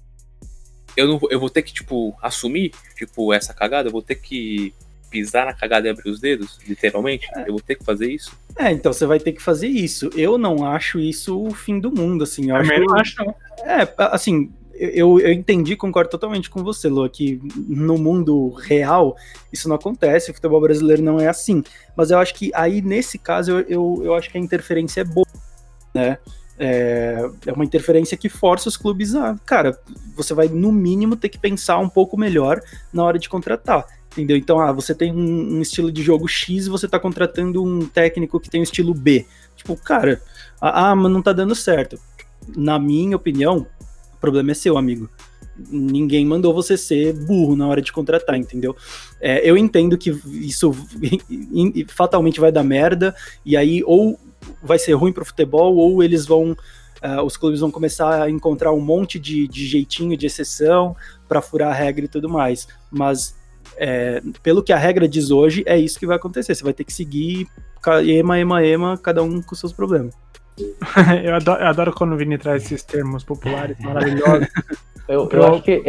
Eu vou ter que, assumir, essa cagada? Eu vou ter que pisar na cagada e abrir os dedos, literalmente? Eu vou ter que fazer isso? Então você vai ter que fazer isso. Eu não acho isso o fim do mundo, assim. Eu não acho, não. Assim, eu entendi, concordo totalmente com você, Lô, que no mundo real isso não acontece, o futebol brasileiro não é assim. Mas eu acho que aí, nesse caso, eu acho que a interferência é boa, né? É uma interferência que força os clubes a... Cara, você vai, no mínimo, ter que pensar um pouco melhor na hora de contratar, entendeu? Então, você tem um estilo de jogo X e você tá contratando um técnico que tem o estilo B. Cara, mas não tá dando certo. Na minha opinião, o problema é seu, amigo. Ninguém mandou você ser burro na hora de contratar, entendeu? Eu entendo que isso fatalmente vai dar merda, e aí ou vai ser ruim pro futebol, ou eles vão... os clubes vão começar a encontrar um monte de jeitinho, de exceção, para furar a regra e tudo mais. Mas, pelo que a regra diz hoje, é isso que vai acontecer. Você vai ter que seguir ema, cada um com seus problemas. Eu adoro quando o Vini traz esses termos populares maravilhosos. Eu acho que...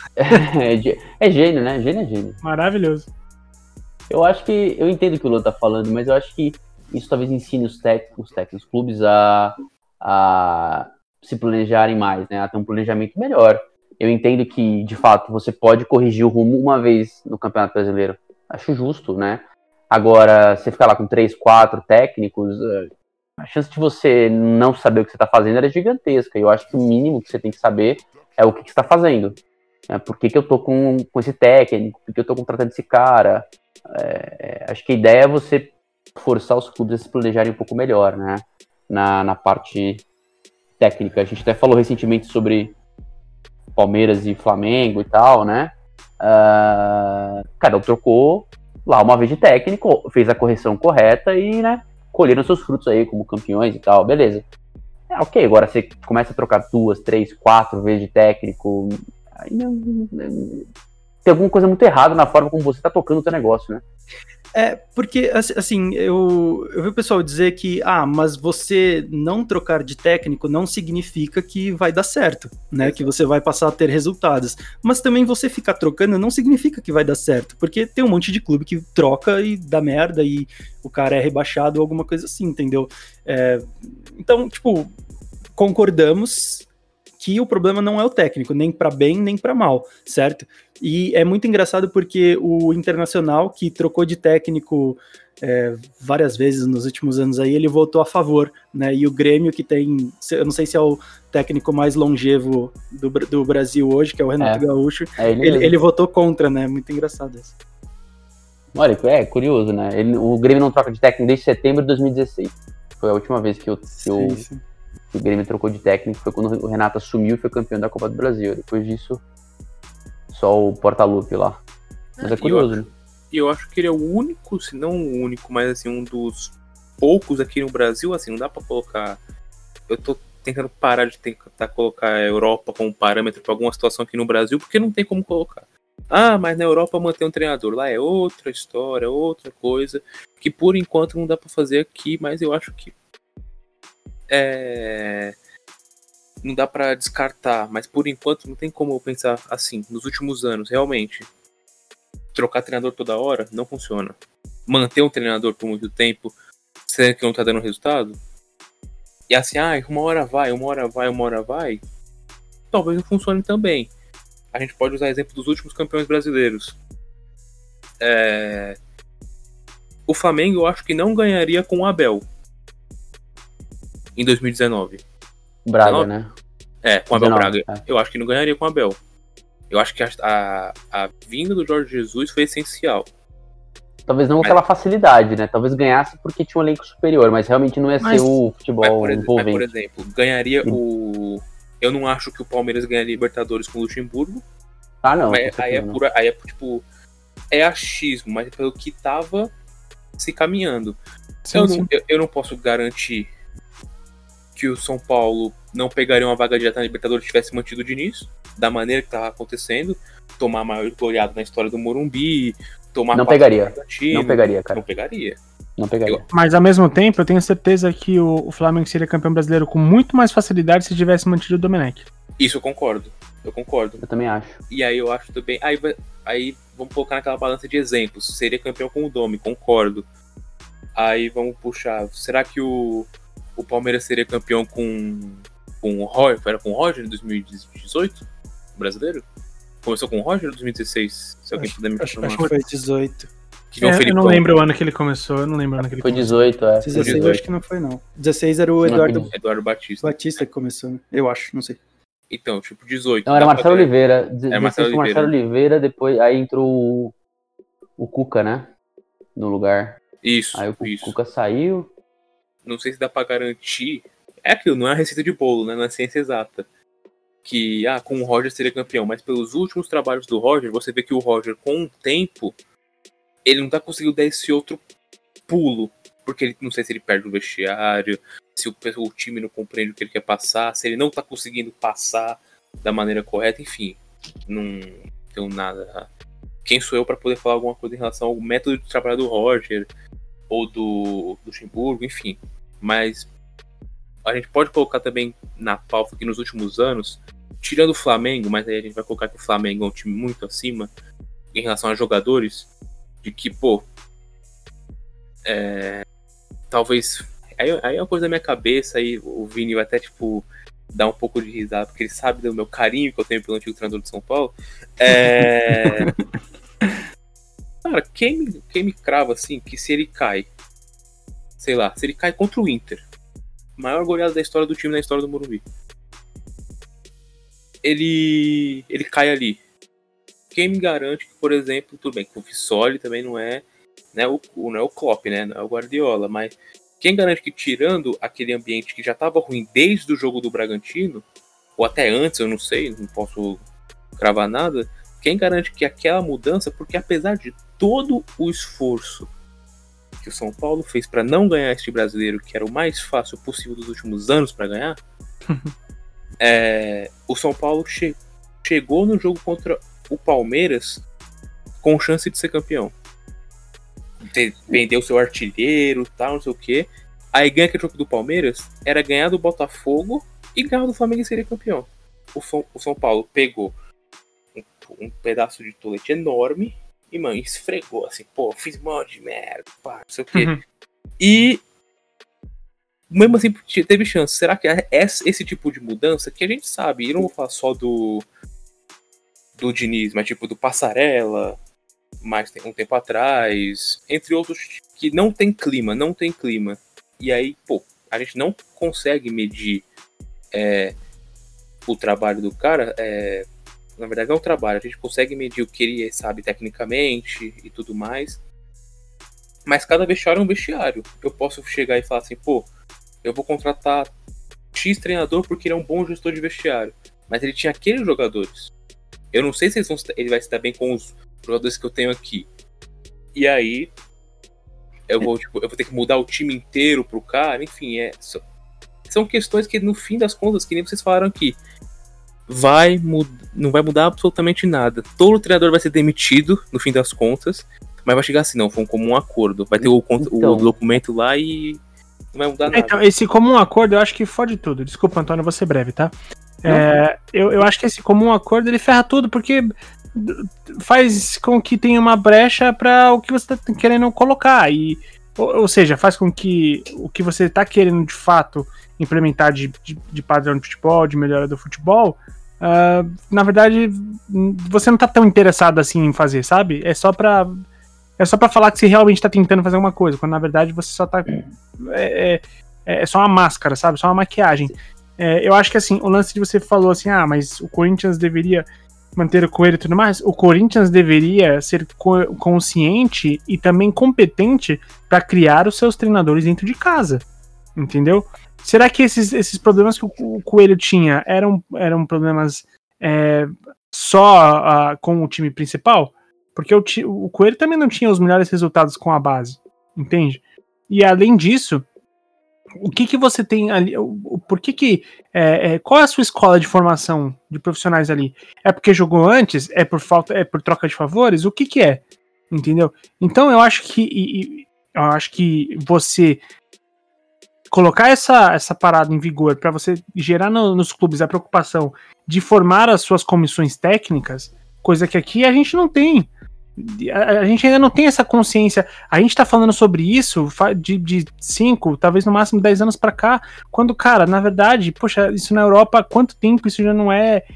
é gênio, né? Gênio é gênio. Maravilhoso. Eu acho que... Eu entendo o que o Luan tá falando, mas eu acho que isso talvez ensine os técnicos, os clubes a se planejarem mais, né? A ter um planejamento melhor. Eu entendo que, de fato, você pode corrigir o rumo uma vez no Campeonato Brasileiro. Acho justo, né? Agora, você ficar lá com 3, 4 técnicos, a chance de você não saber o que você tá fazendo é gigantesca. E eu acho que o mínimo que você tem que saber é o que você tá fazendo. Por que eu tô com esse técnico? Por que eu tô contratando esse cara? Acho que a ideia é você forçar os clubes a se planejarem um pouco melhor, né? Na parte técnica. A gente até falou recentemente sobre Palmeiras e Flamengo e tal, né? Cada um trocou lá uma vez de técnico, fez a correção correta e, né, colheram seus frutos aí como campeões e tal, beleza. Ok, agora você começa a trocar 2, 3, 4 vezes de técnico, aí tem alguma coisa muito errada na forma como você tá tocando o seu negócio, né? Porque, assim, eu vi o pessoal dizer que, mas você não trocar de técnico não significa que vai dar certo, né? Que você vai passar a ter resultados. Mas também você ficar trocando não significa que vai dar certo, porque tem um monte de clube que troca e dá merda e o cara é rebaixado ou alguma coisa assim, entendeu? Então, concordamos que o problema não é o técnico, nem para bem, nem para mal, certo? E é muito engraçado porque o Internacional, que trocou de técnico várias vezes nos últimos anos aí, ele votou a favor, né? E o Grêmio, que tem, eu não sei se é o técnico mais longevo do Brasil hoje, que é o Renato Gaúcho, ele votou contra, né? Muito engraçado isso. Olha, é curioso, né? O Grêmio não troca de técnico desde setembro de 2016. Foi a última vez que o Grêmio trocou de técnico, foi quando o Renato assumiu e foi campeão da Copa do Brasil. Depois disso, só o Portaluppi lá. Mas é curioso, né? E eu acho que ele é o único, se não o único, mas assim, um dos poucos aqui no Brasil, assim, não dá pra colocar... Eu tô tentando parar de tentar colocar a Europa como parâmetro pra alguma situação aqui no Brasil, porque não tem como colocar. Mas na Europa manter um treinador lá é outra história, outra coisa, que por enquanto não dá pra fazer aqui, mas eu acho que não dá pra descartar, mas por enquanto não tem como eu pensar assim, nos últimos anos, realmente. Trocar treinador toda hora não funciona. Manter um treinador por muito tempo, sendo que não tá dando resultado, e assim, uma hora vai, talvez não funcione também. A gente pode usar exemplo dos últimos campeões brasileiros. O Flamengo eu acho que não ganharia com o Abel em 2019. Braga, 19? Com o Abel 19, Braga. Eu acho que não ganharia com o Abel. Eu acho que a vinda do Jorge Jesus foi essencial. Talvez não com aquela facilidade, né? Talvez ganhasse porque tinha um elenco superior, mas realmente não ia ser o futebol envolvente. Por exemplo, ganharia o... Eu não acho que o Palmeiras ganharia Libertadores com o Luxemburgo. Ah, não. Mas é achismo, mas pelo que tava se caminhando. Eu não posso garantir que o São Paulo não pegaria uma vaga direta na Libertadores se tivesse mantido o Diniz, da maneira que tava acontecendo, tomar a maior goleada na história do Morumbi, tomar... Não pegaria, cara. Não pegaria. Mas ao mesmo tempo, eu tenho certeza que o Flamengo seria campeão brasileiro com muito mais facilidade se tivesse mantido o Domenech. Isso eu concordo. Eu também acho. E aí eu acho também... Aí vamos colocar naquela balança de exemplos. Seria campeão com o Domi, concordo. Aí vamos puxar... Será que o Palmeiras seria campeão com o Roger? Era com o Roger em 2018? Brasileiro? Começou com o Roger em 2016? Se alguém puder me informar. Acho que foi 18. Eu não lembro o ano que ele começou. Foi 18, é. 16 eu acho que não foi, não. 16 era o Eduardo Batista. Batista que começou, né? Eu acho, não sei. Então, tipo, 18. Não, era Marcelo Oliveira. Era Marcelo Oliveira, depois aí entrou o Cuca, né? No lugar. Isso. Aí o Cuca saiu. Não sei se dá pra garantir. É aquilo, não é a receita de bolo, né? Não é ciência exata. Que, com o Roger seria campeão. Mas pelos últimos trabalhos do Roger, você vê que o Roger, com o tempo, ele não tá conseguindo dar esse outro pulo. Porque ele não sei se ele perde o vestiário, se o time não compreende o que ele quer passar, se ele não tá conseguindo passar da maneira correta, enfim. Não tenho nada. Quem sou eu pra poder falar alguma coisa em relação ao método de trabalho do Roger ou do Luxemburgo, enfim. Mas a gente pode colocar também na pauta que nos últimos anos, tirando o Flamengo, mas aí a gente vai colocar que o Flamengo é um time muito acima em relação a jogadores, de que, talvez... Aí é uma coisa da minha cabeça, aí o Vini vai até, tipo, dar um pouco de risada, porque ele sabe do meu carinho que eu tenho pelo antigo treinador de São Paulo. Cara, quem me crava, assim, que se ele cai, sei lá, se ele cai contra o Inter, maior goleada da história do time na história do Morumbi, ele cai ali. Quem me garante que, por exemplo, tudo bem, que o Fissoli também não é o Klopp, né? Não é o Guardiola, mas quem garante que, tirando aquele ambiente que já estava ruim desde o jogo do Bragantino, ou até antes, eu não sei, não posso cravar nada, quem garante que aquela mudança, porque apesar de todo o esforço que o São Paulo fez para não ganhar este brasileiro, que era o mais fácil possível dos últimos anos para ganhar, o São Paulo chegou no jogo contra o Palmeiras com chance de ser campeão. Vendeu seu artilheiro, tal, não sei o que. Aí ganha aquele jogo do Palmeiras, era ganhar do Botafogo e ganhar do Flamengo e seria campeão. O São Paulo pegou um pedaço de tolete enorme e, mano, esfregou assim, fiz mal de merda, pá, não sei o que. E mesmo assim teve chance. Será que é esse tipo de mudança que a gente sabe, e não vou falar só do Diniz, mas tipo do Passarella, mais um tempo atrás, entre outros, que não tem clima. E aí, a gente não consegue medir o trabalho do cara. Na verdade, não é um trabalho, a gente consegue medir o que ele sabe tecnicamente e tudo mais. Mas cada vestiário é um vestiário. Eu posso chegar e falar assim, eu vou contratar X treinador porque ele é um bom gestor de vestiário. Mas ele tinha aqueles jogadores. Eu não sei se ele vai se dar bem com os jogadores que eu tenho aqui. E aí eu vou ter que mudar o time inteiro pro cara. Enfim, são questões que no fim das contas, que nem vocês falaram aqui, não vai mudar absolutamente nada. Todo treinador vai ser demitido no fim das contas, mas vai chegar assim, não, foi um comum acordo. Vai ter o documento lá e não vai mudar nada. Então, esse comum acordo eu acho que fode tudo. Desculpa, Antônio, eu vou ser breve, tá? Eu acho que esse comum acordo ele ferra tudo, porque faz com que tenha uma brecha para o que você tá querendo colocar. Ou seja, faz com que o que você tá querendo de fato implementar de padrão de futebol, de melhora do futebol, na verdade, você não tá tão interessado assim em fazer, sabe? É só pra falar que você realmente tá tentando fazer alguma coisa, quando na verdade você só tá... É só uma máscara, sabe? Só uma maquiagem. Eu acho que assim, o lance de você falou assim, mas o Corinthians deveria manter o Coelho e tudo mais, o Corinthians deveria ser consciente e também competente para criar os seus treinadores dentro de casa, entendeu? Será que esses problemas que o Coelho tinha eram problemas só com o time principal? Porque o Coelho também não tinha os melhores resultados com a base, entende? E além disso, o que você tem ali? Qual é a sua escola de formação de profissionais ali? É porque jogou antes? É por troca de favores? O que é? Entendeu? Então eu acho que você colocar essa parada em vigor para você gerar nos clubes a preocupação de formar as suas comissões técnicas, coisa que aqui a gente não tem. A gente ainda não tem essa consciência. A gente tá falando sobre isso de 5, talvez no máximo 10 anos pra cá, quando, cara, na verdade, poxa, isso na Europa há quanto tempo isso já não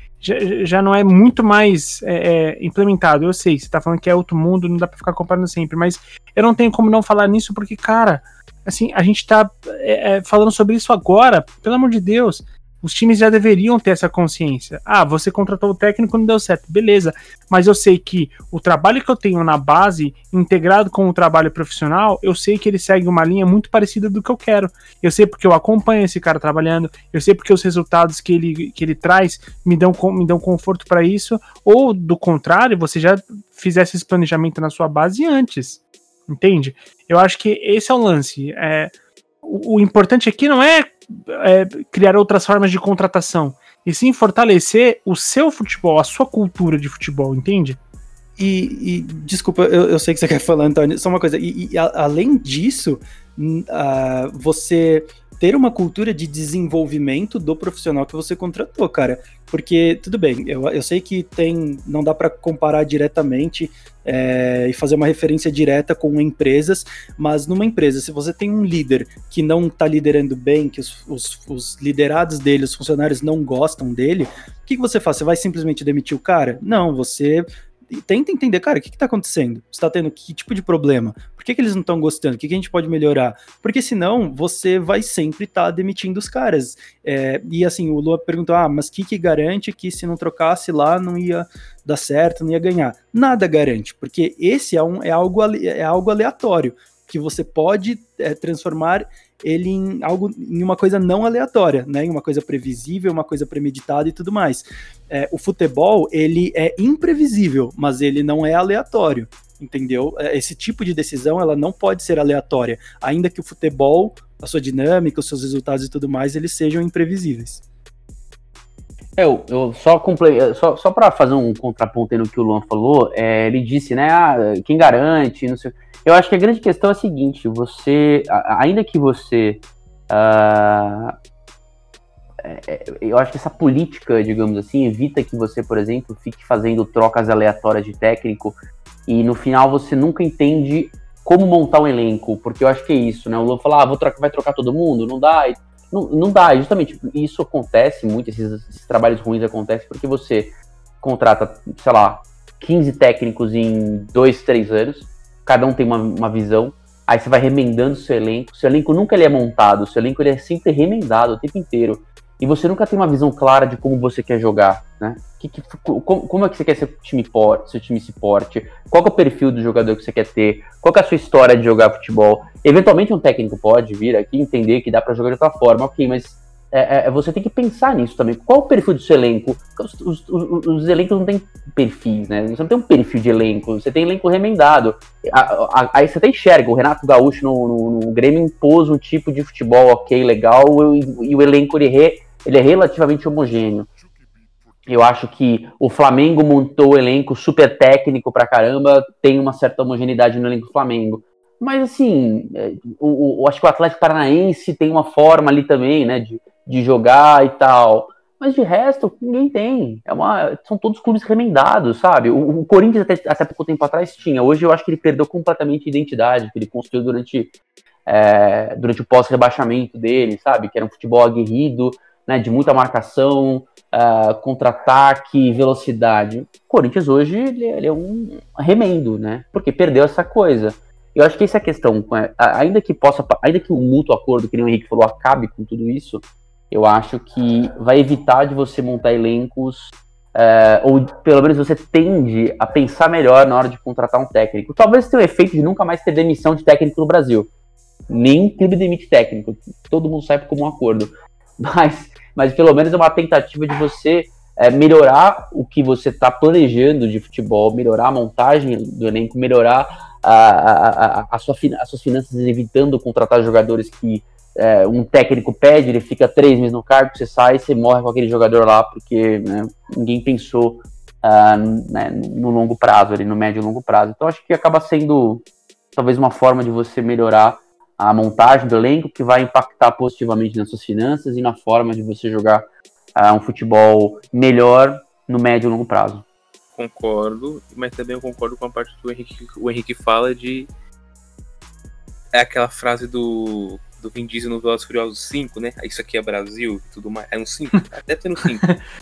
é muito mais implementado. Eu sei, você tá falando que é outro mundo, não dá pra ficar comparando sempre, mas eu não tenho como não falar nisso porque, cara, assim, a gente tá falando sobre isso agora, pelo amor de Deus. Os times já deveriam ter essa consciência. Você contratou o técnico, não deu certo, beleza. Mas eu sei que o trabalho que eu tenho na base, integrado com o trabalho profissional, eu sei que ele segue uma linha muito parecida do que eu quero. Eu sei porque eu acompanho esse cara trabalhando, eu sei porque os resultados que ele traz me dão conforto para isso, ou do contrário, você já fizesse esse planejamento na sua base antes. Entende? Eu acho que esse é o lance. O importante aqui não é criar outras formas de contratação, e sim fortalecer o seu futebol, a sua cultura de futebol, entende? E desculpa, eu sei que você quer falar, Antônio, só uma coisa, além disso, você ter uma cultura de desenvolvimento do profissional que você contratou, cara, porque, tudo bem, eu sei que não dá para comparar diretamente e fazer uma referência direta com empresas, mas numa empresa, se você tem um líder que não tá liderando bem, que os liderados dele, os funcionários não gostam dele, o que você faz? Você vai simplesmente demitir o cara? Não, você tenta entender, cara, o que tá acontecendo? Você tá tendo que tipo de problema? Por que eles não estão gostando? O que a gente pode melhorar? Porque senão você vai sempre estar demitindo os caras. E assim, o Lua perguntou, mas o que garante que se não trocasse lá não ia dar certo, não ia ganhar? Nada garante, porque esse é algo aleatório, que você pode transformar ele em uma coisa não aleatória, né? Em uma coisa previsível, uma coisa premeditada e tudo mais. O futebol, ele é imprevisível, mas ele não é aleatório, entendeu? Esse tipo de decisão, ela não pode ser aleatória, ainda que o futebol, a sua dinâmica, os seus resultados e tudo mais, eles sejam imprevisíveis. Eu só para fazer um contraponto aí no que o Luan falou, ele disse, né, quem garante, não sei. Eu acho que a grande questão é a seguinte, ainda que você, eu acho que essa política, digamos assim, evita que você, por exemplo, fique fazendo trocas aleatórias de técnico e no final você nunca entende como montar um elenco, porque eu acho que é isso, né, o Luan fala, vai trocar todo mundo, não dá, não dá, justamente, isso acontece muito, esses trabalhos ruins acontecem porque você contrata, sei lá, 15 técnicos em 2, 3 anos, cada um tem uma visão, aí você vai remendando o seu elenco nunca ele é montado, o seu elenco ele é sempre remendado o tempo inteiro, e você nunca tem uma visão clara de como você quer jogar, né? Como é que você quer seu time se porte, qual que é o perfil do jogador que você quer ter, qual que é a sua história de jogar futebol. Eventualmente um técnico pode vir aqui entender que dá pra jogar de outra forma, ok, mas você tem que pensar nisso também. Qual o perfil do seu elenco? Os elencos não têm perfis, né? Você não tem um perfil de elenco, você tem elenco remendado. Aí você até enxerga, o Renato Gaúcho no Grêmio impôs um tipo de futebol ok, legal, e o elenco ele é relativamente homogêneo. Eu acho que o Flamengo montou o elenco super técnico pra caramba, tem uma certa homogeneidade no elenco do Flamengo. Mas assim, acho que o Atlético Paranaense tem uma forma ali também, né, de jogar e tal. Mas de resto, ninguém tem. São todos clubes remendados, sabe? O Corinthians até pouco tempo atrás tinha. Hoje eu acho que ele perdeu completamente a identidade que ele construiu durante o pós-rebaixamento dele, sabe? Que era um futebol aguerrido, né, de muita marcação, contra-ataque, velocidade. O Corinthians hoje ele é um remendo, né? Porque perdeu essa coisa. Eu acho que essa é a questão. Ainda que o mútuo acordo, que nem o Henrique falou, acabe com tudo isso, eu acho que vai evitar de você montar elencos, ou pelo menos você tende a pensar melhor na hora de contratar um técnico. Talvez tenha o efeito de nunca mais ter demissão de técnico no Brasil. Nenhum clube demite técnico, todo mundo sai como um acordo. Mas pelo menos é uma tentativa de você melhorar o que você está planejando de futebol, melhorar a montagem do elenco, melhorar as suas finanças, evitando contratar jogadores que um técnico pede, ele fica 3 meses no cargo, você sai, você morre com aquele jogador lá, porque ninguém pensou no longo prazo, ali, no médio e longo prazo. Então acho que acaba sendo talvez uma forma de você melhorar a montagem do elenco, que vai impactar positivamente nas suas finanças e na forma de você jogar um futebol melhor no médio e longo prazo. Concordo, mas também eu concordo com a parte que o Henrique fala de... É aquela frase do Vin Diesel no Velozes e Furiosos 5, né? Isso aqui é Brasil e tudo mais. É no 5? Deve ter no 5.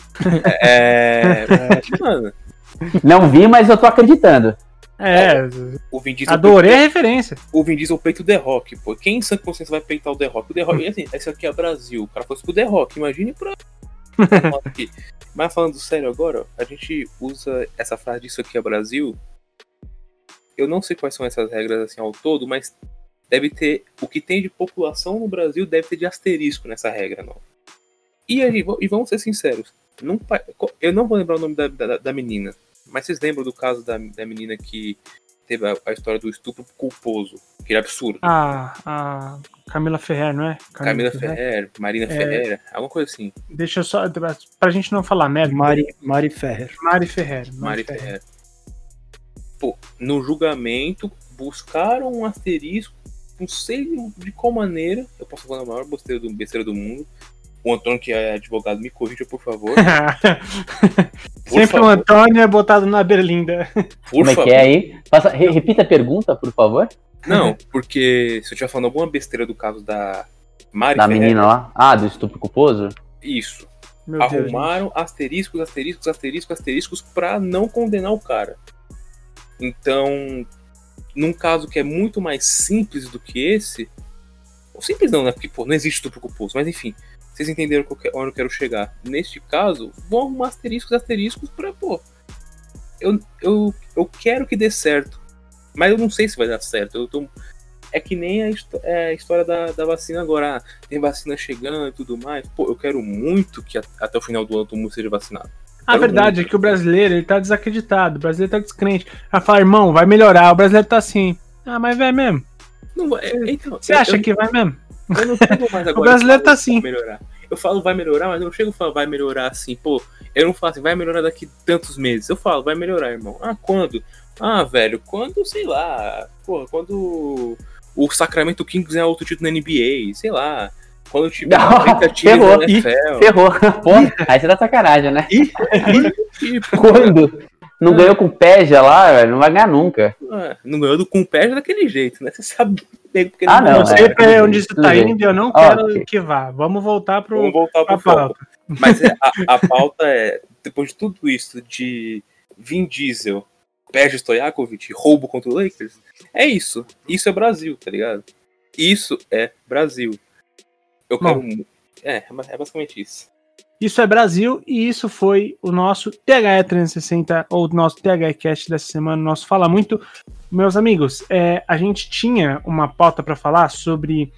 Mano... Não vi, mas eu tô acreditando. O Vin Diesel adorei a referência. O Vin Diesel peita o The Rock, pô. Quem em sã consciência vai peitar o The Rock? O The Rock, assim, isso aqui é Brasil. O cara fosse pro The Rock, imagine pra... Mas falando sério agora, ó, a gente usa essa frase de isso aqui é Brasil. Eu não sei quais são essas regras assim ao todo, mas deve ter, o que tem de população no Brasil deve ter de asterisco nessa regra, não. E vamos ser sinceros, eu não vou lembrar o nome da menina, mas vocês lembram do caso da menina que teve a história do estupro culposo, que era absurdo. A Camila Ferrer, não é? Camila Ferrer, Marina Ferrer, alguma coisa assim. Deixa eu só, pra gente não falar merda. Mari Ferrer. Mari Ferrer. Pô, no julgamento, buscaram um asterisco, não sei de qual maneira, eu posso falar a maior besteira do mundo. O Antônio, que é advogado, me corrija, por favor. Sempre o Antônio é botado na berlinda. Como é que é aí? Repita a pergunta, por favor. Não, porque se eu estiver falando alguma besteira do caso da Mari da Ferrer, menina lá? Do estupro culposo? Isso. Meu Arrumaram Deus, asteriscos pra não condenar o cara. Então, num caso que é muito mais simples do que esse... Ou simples não, né? Porque, pô, não existe estupro culposo, mas enfim... Vocês entenderam onde eu quero chegar. Neste caso, vão arrumar asteriscos pra, pô... Eu quero que dê certo. Mas eu não sei se vai dar certo. É que nem a história da vacina agora. Tem vacina chegando e tudo mais. Pô, eu quero muito que até o final do ano todo mundo seja vacinado. A verdade é que o brasileiro, ele tá desacreditado. O brasileiro tá descrente. Vai falar, irmão, vai melhorar. O brasileiro tá assim. Ah, mas vai mesmo. Não vai. Então, você acha que vai mesmo? Eu não chego mais agora. O brasileiro tá assim. Eu falo vai melhorar, mas eu não chego a falar vai melhorar assim, pô. Eu não falo assim, vai melhorar daqui tantos meses. Eu falo, vai melhorar, irmão. Ah, quando? Ah, velho, quando, sei lá. Porra, quando o Sacramento Kings ganhar outro título na NBA, sei lá. Quando tiver 30 times na NFL. Ferrou. Pô, aí você tá sacanagem, né? Quando? Não ganhou com o Peja lá, velho, não vai ganhar nunca. Não ganhou com o Peja daquele jeito, né? Você sabe bem porque não sei pra onde isso tá indo, eu não quero que vá. Vamos voltar pro foco. Mas a pauta é, depois de tudo isso, de Vin Diesel, Peja Stojakovic, roubo contra o Lakers, é isso. Isso é Brasil, tá ligado? Isso é Brasil. Eu quero... É basicamente isso. Isso é Brasil e isso foi o nosso THE 360, ou o nosso THE Cast dessa semana, o nosso Fala Muito. Meus amigos, a gente tinha uma pauta para falar sobre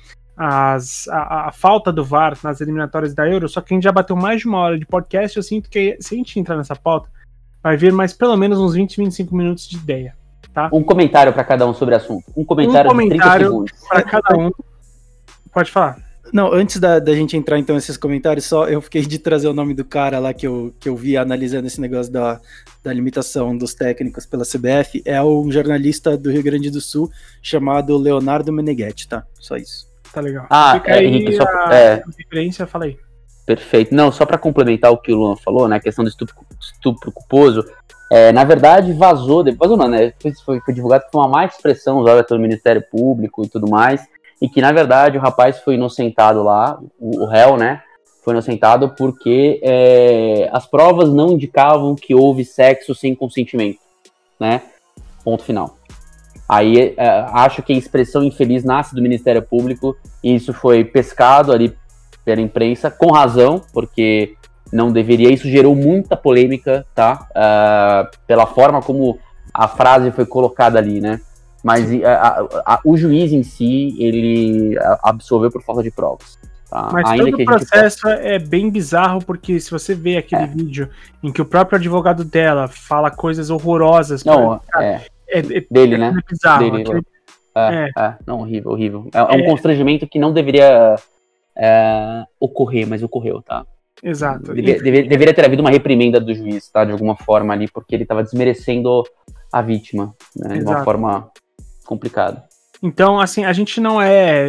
a falta do VAR nas eliminatórias da Euro, só que a gente já bateu mais de 1 hora de podcast. Eu sinto que se a gente entrar nessa pauta, vai vir mais pelo menos uns 20, 25 minutos de ideia. Tá? Um comentário para cada um sobre o assunto. Um comentário de 30 segundos. Para cada um. Pode falar. Não, antes da gente entrar então nesses comentários, só eu fiquei de trazer o nome do cara lá que eu vi analisando esse negócio da limitação dos técnicos pela CBF. É um jornalista do Rio Grande do Sul chamado Leonardo Meneghetti, tá? Só isso. Tá legal. Fica aí Henrique, só a referência, fala aí. Perfeito. Não, só para complementar o que o Luan falou, né, a questão do estupro culposo, na verdade vazou não, né, foi divulgado que foi uma má expressão usada pelo Ministério Público e tudo mais, e que, na verdade, o rapaz foi inocentado lá, o réu, né, foi inocentado porque as provas não indicavam que houve sexo sem consentimento, né, ponto final. Aí, acho que a expressão infeliz nasce do Ministério Público, e isso foi pescado ali pela imprensa, com razão, porque não deveria, isso gerou muita polêmica, tá? Pela forma como a frase foi colocada ali, né? Mas o juiz em si, ele absolveu por falta de provas. Tá? Mas ainda todo que o processo é bem bizarro, porque se você vê aquele vídeo em que o próprio advogado dela fala coisas horrorosas... Não, dele, né? Bizarro. Dele, não, horrível, horrível. É um constrangimento que não deveria ocorrer, mas ocorreu, tá? Exato. Deveria ter havido uma reprimenda do juiz, tá? De alguma forma ali, porque ele estava desmerecendo a vítima, né? De uma forma complicada. Então, assim, a gente não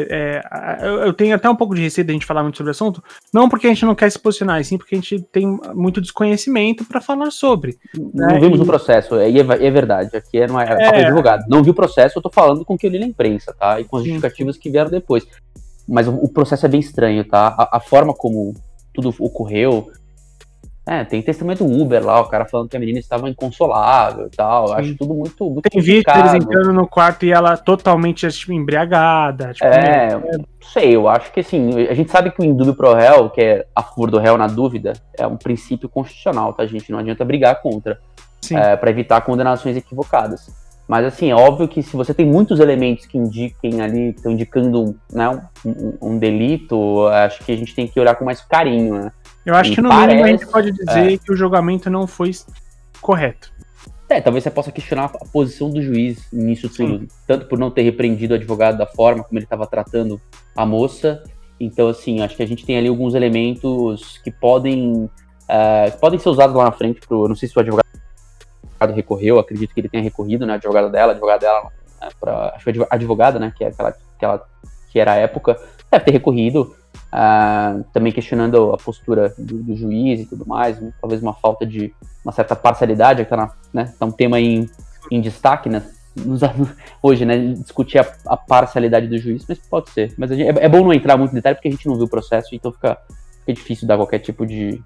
eu tenho até um pouco de receio da gente falar muito sobre o assunto, não porque a gente não quer se posicionar, e sim porque a gente tem muito desconhecimento para falar sobre. Não vimos o processo, é verdade, aqui é papo de advogado. Não vi o processo, eu tô falando com o que eu li na imprensa, tá? E com as justificativas que vieram depois. Mas o processo é bem estranho, tá? A forma como tudo ocorreu... tem testemunho do Uber lá, o cara falando que a menina estava inconsolável e tal. Sim. Acho tudo muito tem vídeo deles entrando no quarto e ela totalmente embriagada. Tipo, não sei, eu acho que assim, a gente sabe que o indúbio pro réu, que é a favor do réu na dúvida, é um princípio constitucional, tá, gente? Não adianta brigar contra, para evitar condenações equivocadas. Mas assim, é óbvio que se você tem muitos elementos que indiquem ali, que estão indicando, né, um delito, acho que a gente tem que olhar com mais carinho, né? Eu acho que no mínimo a gente pode dizer que o julgamento não foi correto. Talvez você possa questionar a posição do juiz nisso tudo. Tanto por não ter repreendido o advogado da forma como ele estava tratando a moça. Então, assim, acho que a gente tem ali alguns elementos que podem ser usados lá na frente. Eu não sei se o advogado recorreu, acredito que ele tenha recorrido, né? A advogada dela, acho que a advogada, né? Que é aquela que era a época, deve ter recorrido. Também questionando a postura do juiz e tudo mais, né? Talvez uma falta de uma certa parcialidade, que tá um tema em destaque, né? Hoje, né? Discutir a parcialidade do juiz, mas pode ser. Mas é bom não entrar muito em detalhe porque a gente não viu o processo, então fica difícil dar qualquer tipo de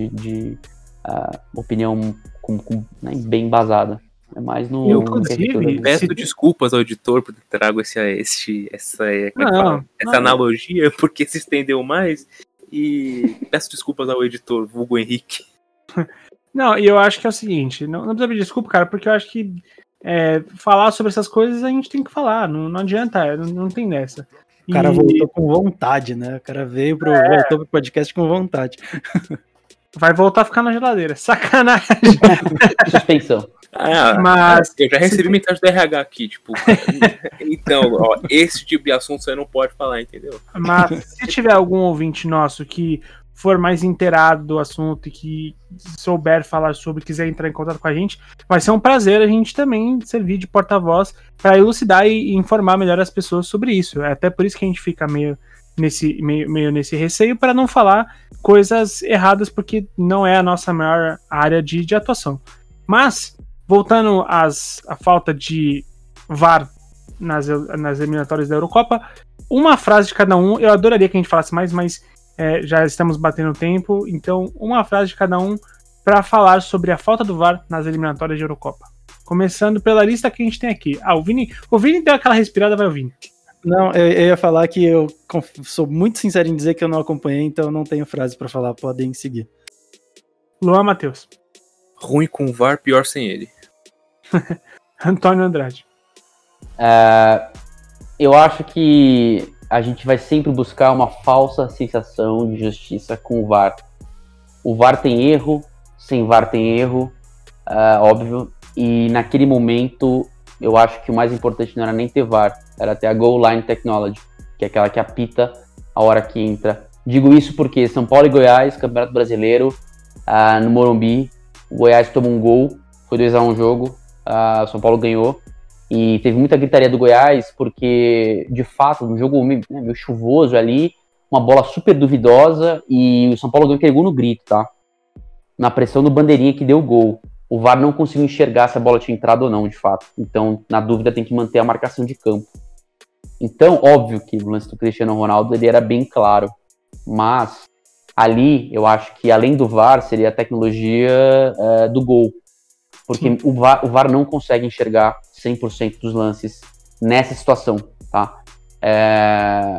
opinião bem embasada. É mais no... Inclusive, peço desculpas ao editor por ter trago essa analogia, porque se estendeu mais, e peço desculpas ao editor, vulgo Henrique. Não, e eu acho que é o seguinte, não precisa pedir desculpa, cara, porque eu acho que falar sobre essas coisas a gente tem que falar, não adianta, não tem dessa. O cara voltou com vontade, né? O cara voltou pro podcast com vontade. Vai voltar a ficar na geladeira, sacanagem. Suspensão. Mas eu já recebi mensagem do RH aqui, tipo, então, esse tipo de assunto você não pode falar, entendeu? Mas se tiver algum ouvinte nosso que for mais inteirado do assunto e que souber falar sobre, quiser entrar em contato com a gente, vai ser um prazer a gente também servir de porta-voz para elucidar e informar melhor as pessoas sobre isso. É até por isso que a gente fica meio nesse receio, para não falar coisas erradas, porque não é a nossa maior área de atuação. Mas, voltando à falta de VAR nas eliminatórias da Eurocopa, uma frase de cada um, eu adoraria que a gente falasse mais, mas já estamos batendo tempo, então uma frase de cada um para falar sobre a falta do VAR nas eliminatórias de Eurocopa. Começando pela lista que a gente tem aqui. O Vini deu aquela respirada, vai o Vini. Não, eu ia falar que eu sou muito sincero em dizer que eu não acompanhei, então eu não tenho frase pra falar, podem seguir. Luan Matheus. Ruim com o VAR, pior sem ele. Antônio Andrade. Eu acho que a gente vai sempre buscar uma falsa sensação de justiça com o VAR. O VAR tem erro, sem VAR tem erro, óbvio, e naquele momento eu acho que o mais importante não era nem ter VAR, era ter a Goal Line Technology, que é aquela que apita a hora que entra. Digo isso porque São Paulo e Goiás, Campeonato Brasileiro, no Morumbi, o Goiás tomou um gol, foi 2-1 o jogo, São Paulo ganhou, e teve muita gritaria do Goiás, porque, de fato, um jogo meio chuvoso ali, uma bola super duvidosa, e o São Paulo ganhou aquele gol no grito, tá? Na pressão do bandeirinha que deu o gol. O VAR não conseguiu enxergar se a bola tinha entrado ou não, de fato. Então, na dúvida, tem que manter a marcação de campo. Então, óbvio que o lance do Cristiano Ronaldo ele era bem claro. Mas, ali, eu acho que, além do VAR, seria a tecnologia do gol. Porque o VAR não consegue enxergar 100% dos lances nessa situação, tá?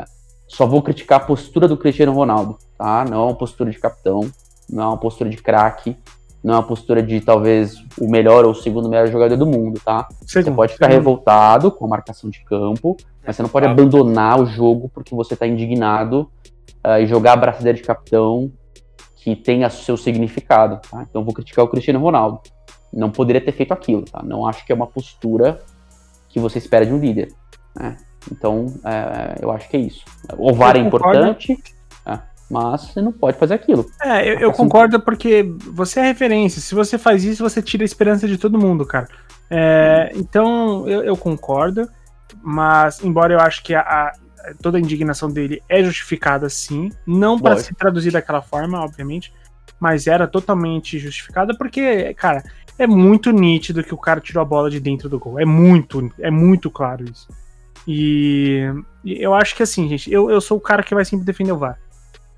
só vou criticar a postura do Cristiano Ronaldo, tá? Não é uma postura de capitão, não é uma postura de craque, não é uma postura de talvez o melhor ou o segundo melhor jogador do mundo, tá? Você pode ficar revoltado com a marcação de campo, mas você não pode abandonar o jogo porque você tá indignado e jogar a braçadeira de capitão que tenha seu significado, tá? Então vou criticar o Cristiano Ronaldo. Não poderia ter feito aquilo, tá? Não acho que é uma postura que você espera de um líder, né? Então, eu acho que é isso. O VAR é importante, mas você não pode fazer aquilo. Eu concordo porque você é referência. Se você faz isso, você tira a esperança de todo mundo, cara. Então, eu concordo, mas embora eu acho que toda a indignação dele é justificada, sim. Não para se traduzir daquela forma, obviamente, mas era totalmente justificada porque, cara, é muito nítido que o cara tirou a bola de dentro do gol. É muito claro isso. E eu acho que assim, gente, eu sou o cara que vai sempre defender o VAR.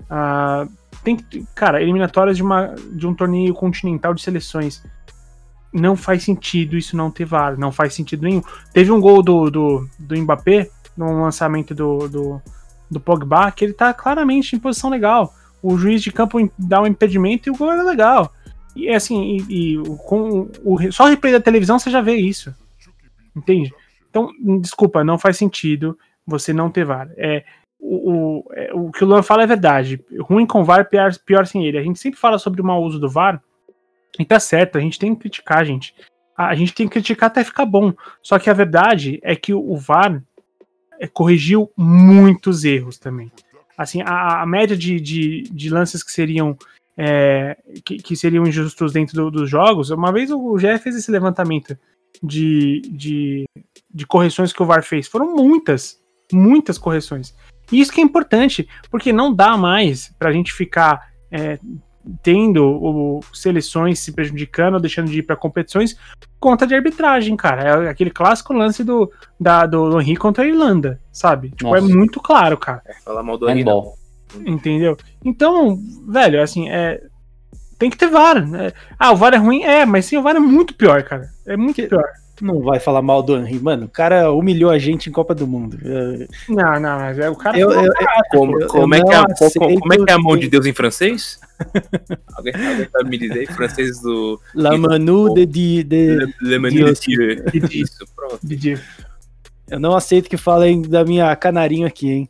Cara, eliminatórias de um torneio continental de seleções. Não faz sentido isso não ter VAR. Não faz sentido nenhum. Teve um gol do Mbappé no lançamento do Pogba, que ele tá claramente em posição legal. O juiz de campo dá um impedimento e o gol era legal. E assim, só o replay da televisão você já vê isso. Entende? Então, desculpa, não faz sentido você não ter VAR. O que o Luan fala é verdade. Ruim com VAR, pior sem ele. A gente sempre fala sobre o mau uso do VAR, e tá certo, a gente tem que criticar, gente. A gente tem que criticar até ficar bom. Só que a verdade é que o VAR corrigiu muitos erros também. Assim, a média de lances que seriam que seriam injustos dentro dos jogos, uma vez o GE fez esse levantamento de correções que o VAR fez. Foram muitas correções. E isso que é importante, porque não dá mais pra gente ficar tendo seleções se prejudicando ou deixando de ir pra competições por conta de arbitragem, cara. É aquele clássico lance do Henry contra a Irlanda, sabe? Tipo, é muito claro, cara. Falar mal do Henry. Entendeu? Então, velho, assim, tem que ter VAR. O VAR é ruim? Mas sim, o VAR é muito pior, cara. É muito pior. Não vai falar mal do Henry, mano. O cara humilhou a gente em Copa do Mundo. Não, mas o cara... Como é que é a mão de Deus em francês? Alguém sabe me dizer? Em francês do... La manu de Dieu. Le manu de Dieu. Isso, pronto. Eu não aceito que falem da minha canarinho aqui, hein?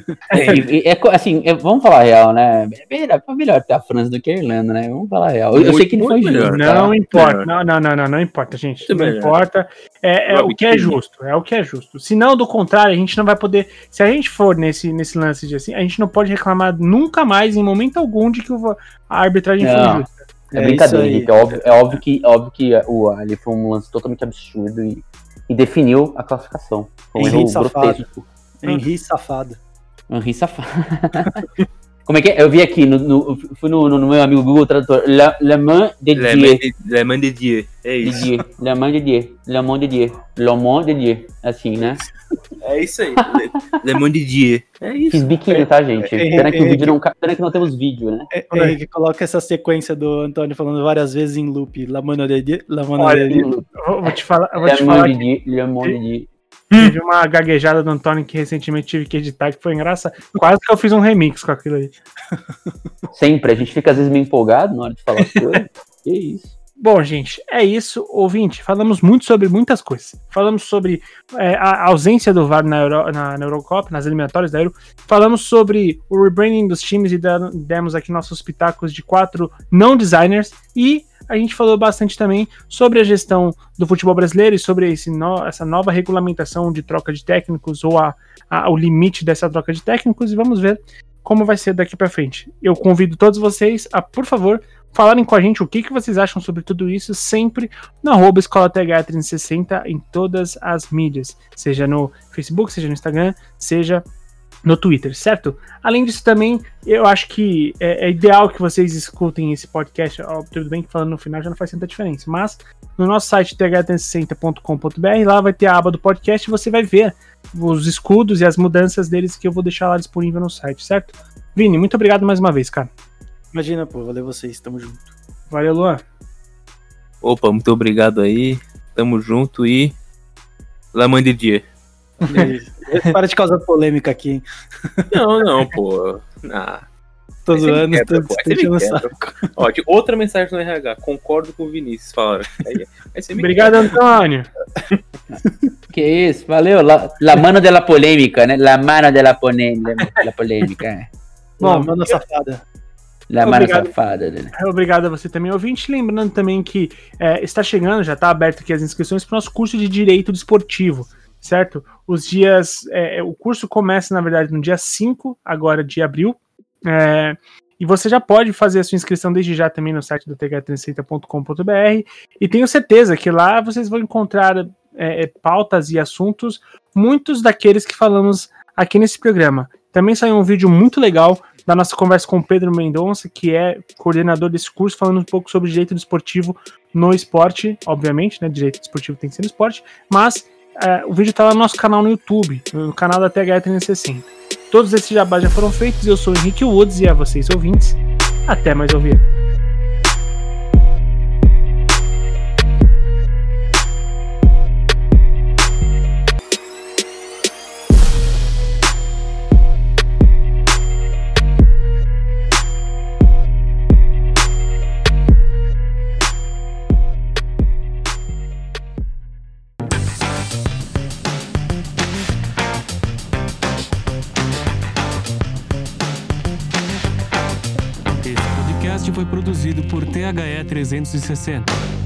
Assim, vamos falar a real, né? É melhor ter a França do que a Irlanda, né? Vamos falar a real. Eu sei que ele foi justo. Não importa. Não importa, gente. Não importa. O que é justo. É o que é justo. Se não, do contrário, a gente não vai poder. Se a gente for nesse lance de assim, a gente não pode reclamar nunca mais, em momento algum, de que a arbitragem foi justa. É brincadeira, gente. É óbvio que ali foi um lance totalmente absurdo e definiu a classificação. Foi um erro grotesco. Henry safado. Henry safado. Como é que é? Eu vi aqui, fui no meu amigo Google Tradutor. Le main de Dieu. Le main de Dieu. É isso. De Dieu. Le main de Dieu. Le main de Dieu. Le main de Dieu. Assim, né? É isso aí. Le main de Dieu. É isso. Fiz biquíni, tá, gente? Pena que o vídeo não... Pena que não temos vídeo, né? Henrique, coloca essa sequência do Antônio falando várias vezes em loop. La mano de Dieu. La mano de Dieu. Vou te falar Le main de Dieu. Le main de Dieu. Teve uma gaguejada do Antônio que recentemente tive que editar, que foi engraçado. Quase que eu fiz um remix com aquilo aí. Sempre, a gente fica às vezes meio empolgado na hora de falar as coisas. Que isso. Bom, gente, é isso. Ouvinte, falamos muito sobre muitas coisas. Falamos sobre a ausência do VAR na Eurocopa, nas eliminatórias da Euro. Falamos sobre o rebranding dos times e demos aqui nossos pitacos de 4 não designers. E a gente falou bastante também sobre a gestão do futebol brasileiro e sobre essa nova regulamentação de troca de técnicos ou o limite dessa troca de técnicos, e vamos ver como vai ser daqui para frente. Eu convido todos vocês a, por favor, falarem com a gente o que vocês acham sobre tudo isso, sempre no @EscolaTH360 em todas as mídias, seja no Facebook, seja no Instagram, seja no Twitter, certo? Além disso também, eu acho que é ideal que vocês escutem esse podcast, tudo bem que falando no final já não faz tanta diferença, mas no nosso site th360.com.br, lá vai ter a aba do podcast e você vai ver os escudos e as mudanças deles que eu vou deixar lá disponível no site, certo? Vini, muito obrigado mais uma vez, cara. Imagina, pô, valeu vocês, tamo junto. Valeu, Luan. Opa, muito obrigado aí, tamo junto e La main de Dieu. Para de causar polêmica aqui, hein? Não, pô. Tô zoando, tô deixando o saco. Ó, outra mensagem no RH. Concordo com o Vinícius, falaram. Obrigado, Antônio. Que isso, valeu. La mano della polêmica, né? La mano della polêmica. Bom, mano safada. La mano safada. Né? Obrigado a você também, ouvinte. Lembrando também que está chegando, já está aberto aqui as inscrições para o nosso curso de Direito Desportivo, certo? Os dias... o curso começa, na verdade, no dia 5, agora de abril. E você já pode fazer a sua inscrição desde já também no site do th360.com.br, e tenho certeza que lá vocês vão encontrar pautas e assuntos, muitos daqueles que falamos aqui nesse programa. Também saiu um vídeo muito legal da nossa conversa com o Pedro Mendonça, que é coordenador desse curso, falando um pouco sobre direito desportivo no esporte, obviamente, né? Direito desportivo tem que ser no esporte, mas o vídeo está lá no nosso canal no YouTube, no canal da TH360. Todos esses jabás já foram feitos. Eu sou o Henrique Woods e a vocês, ouvintes, até mais ouvir. Foi produzido por THE 360.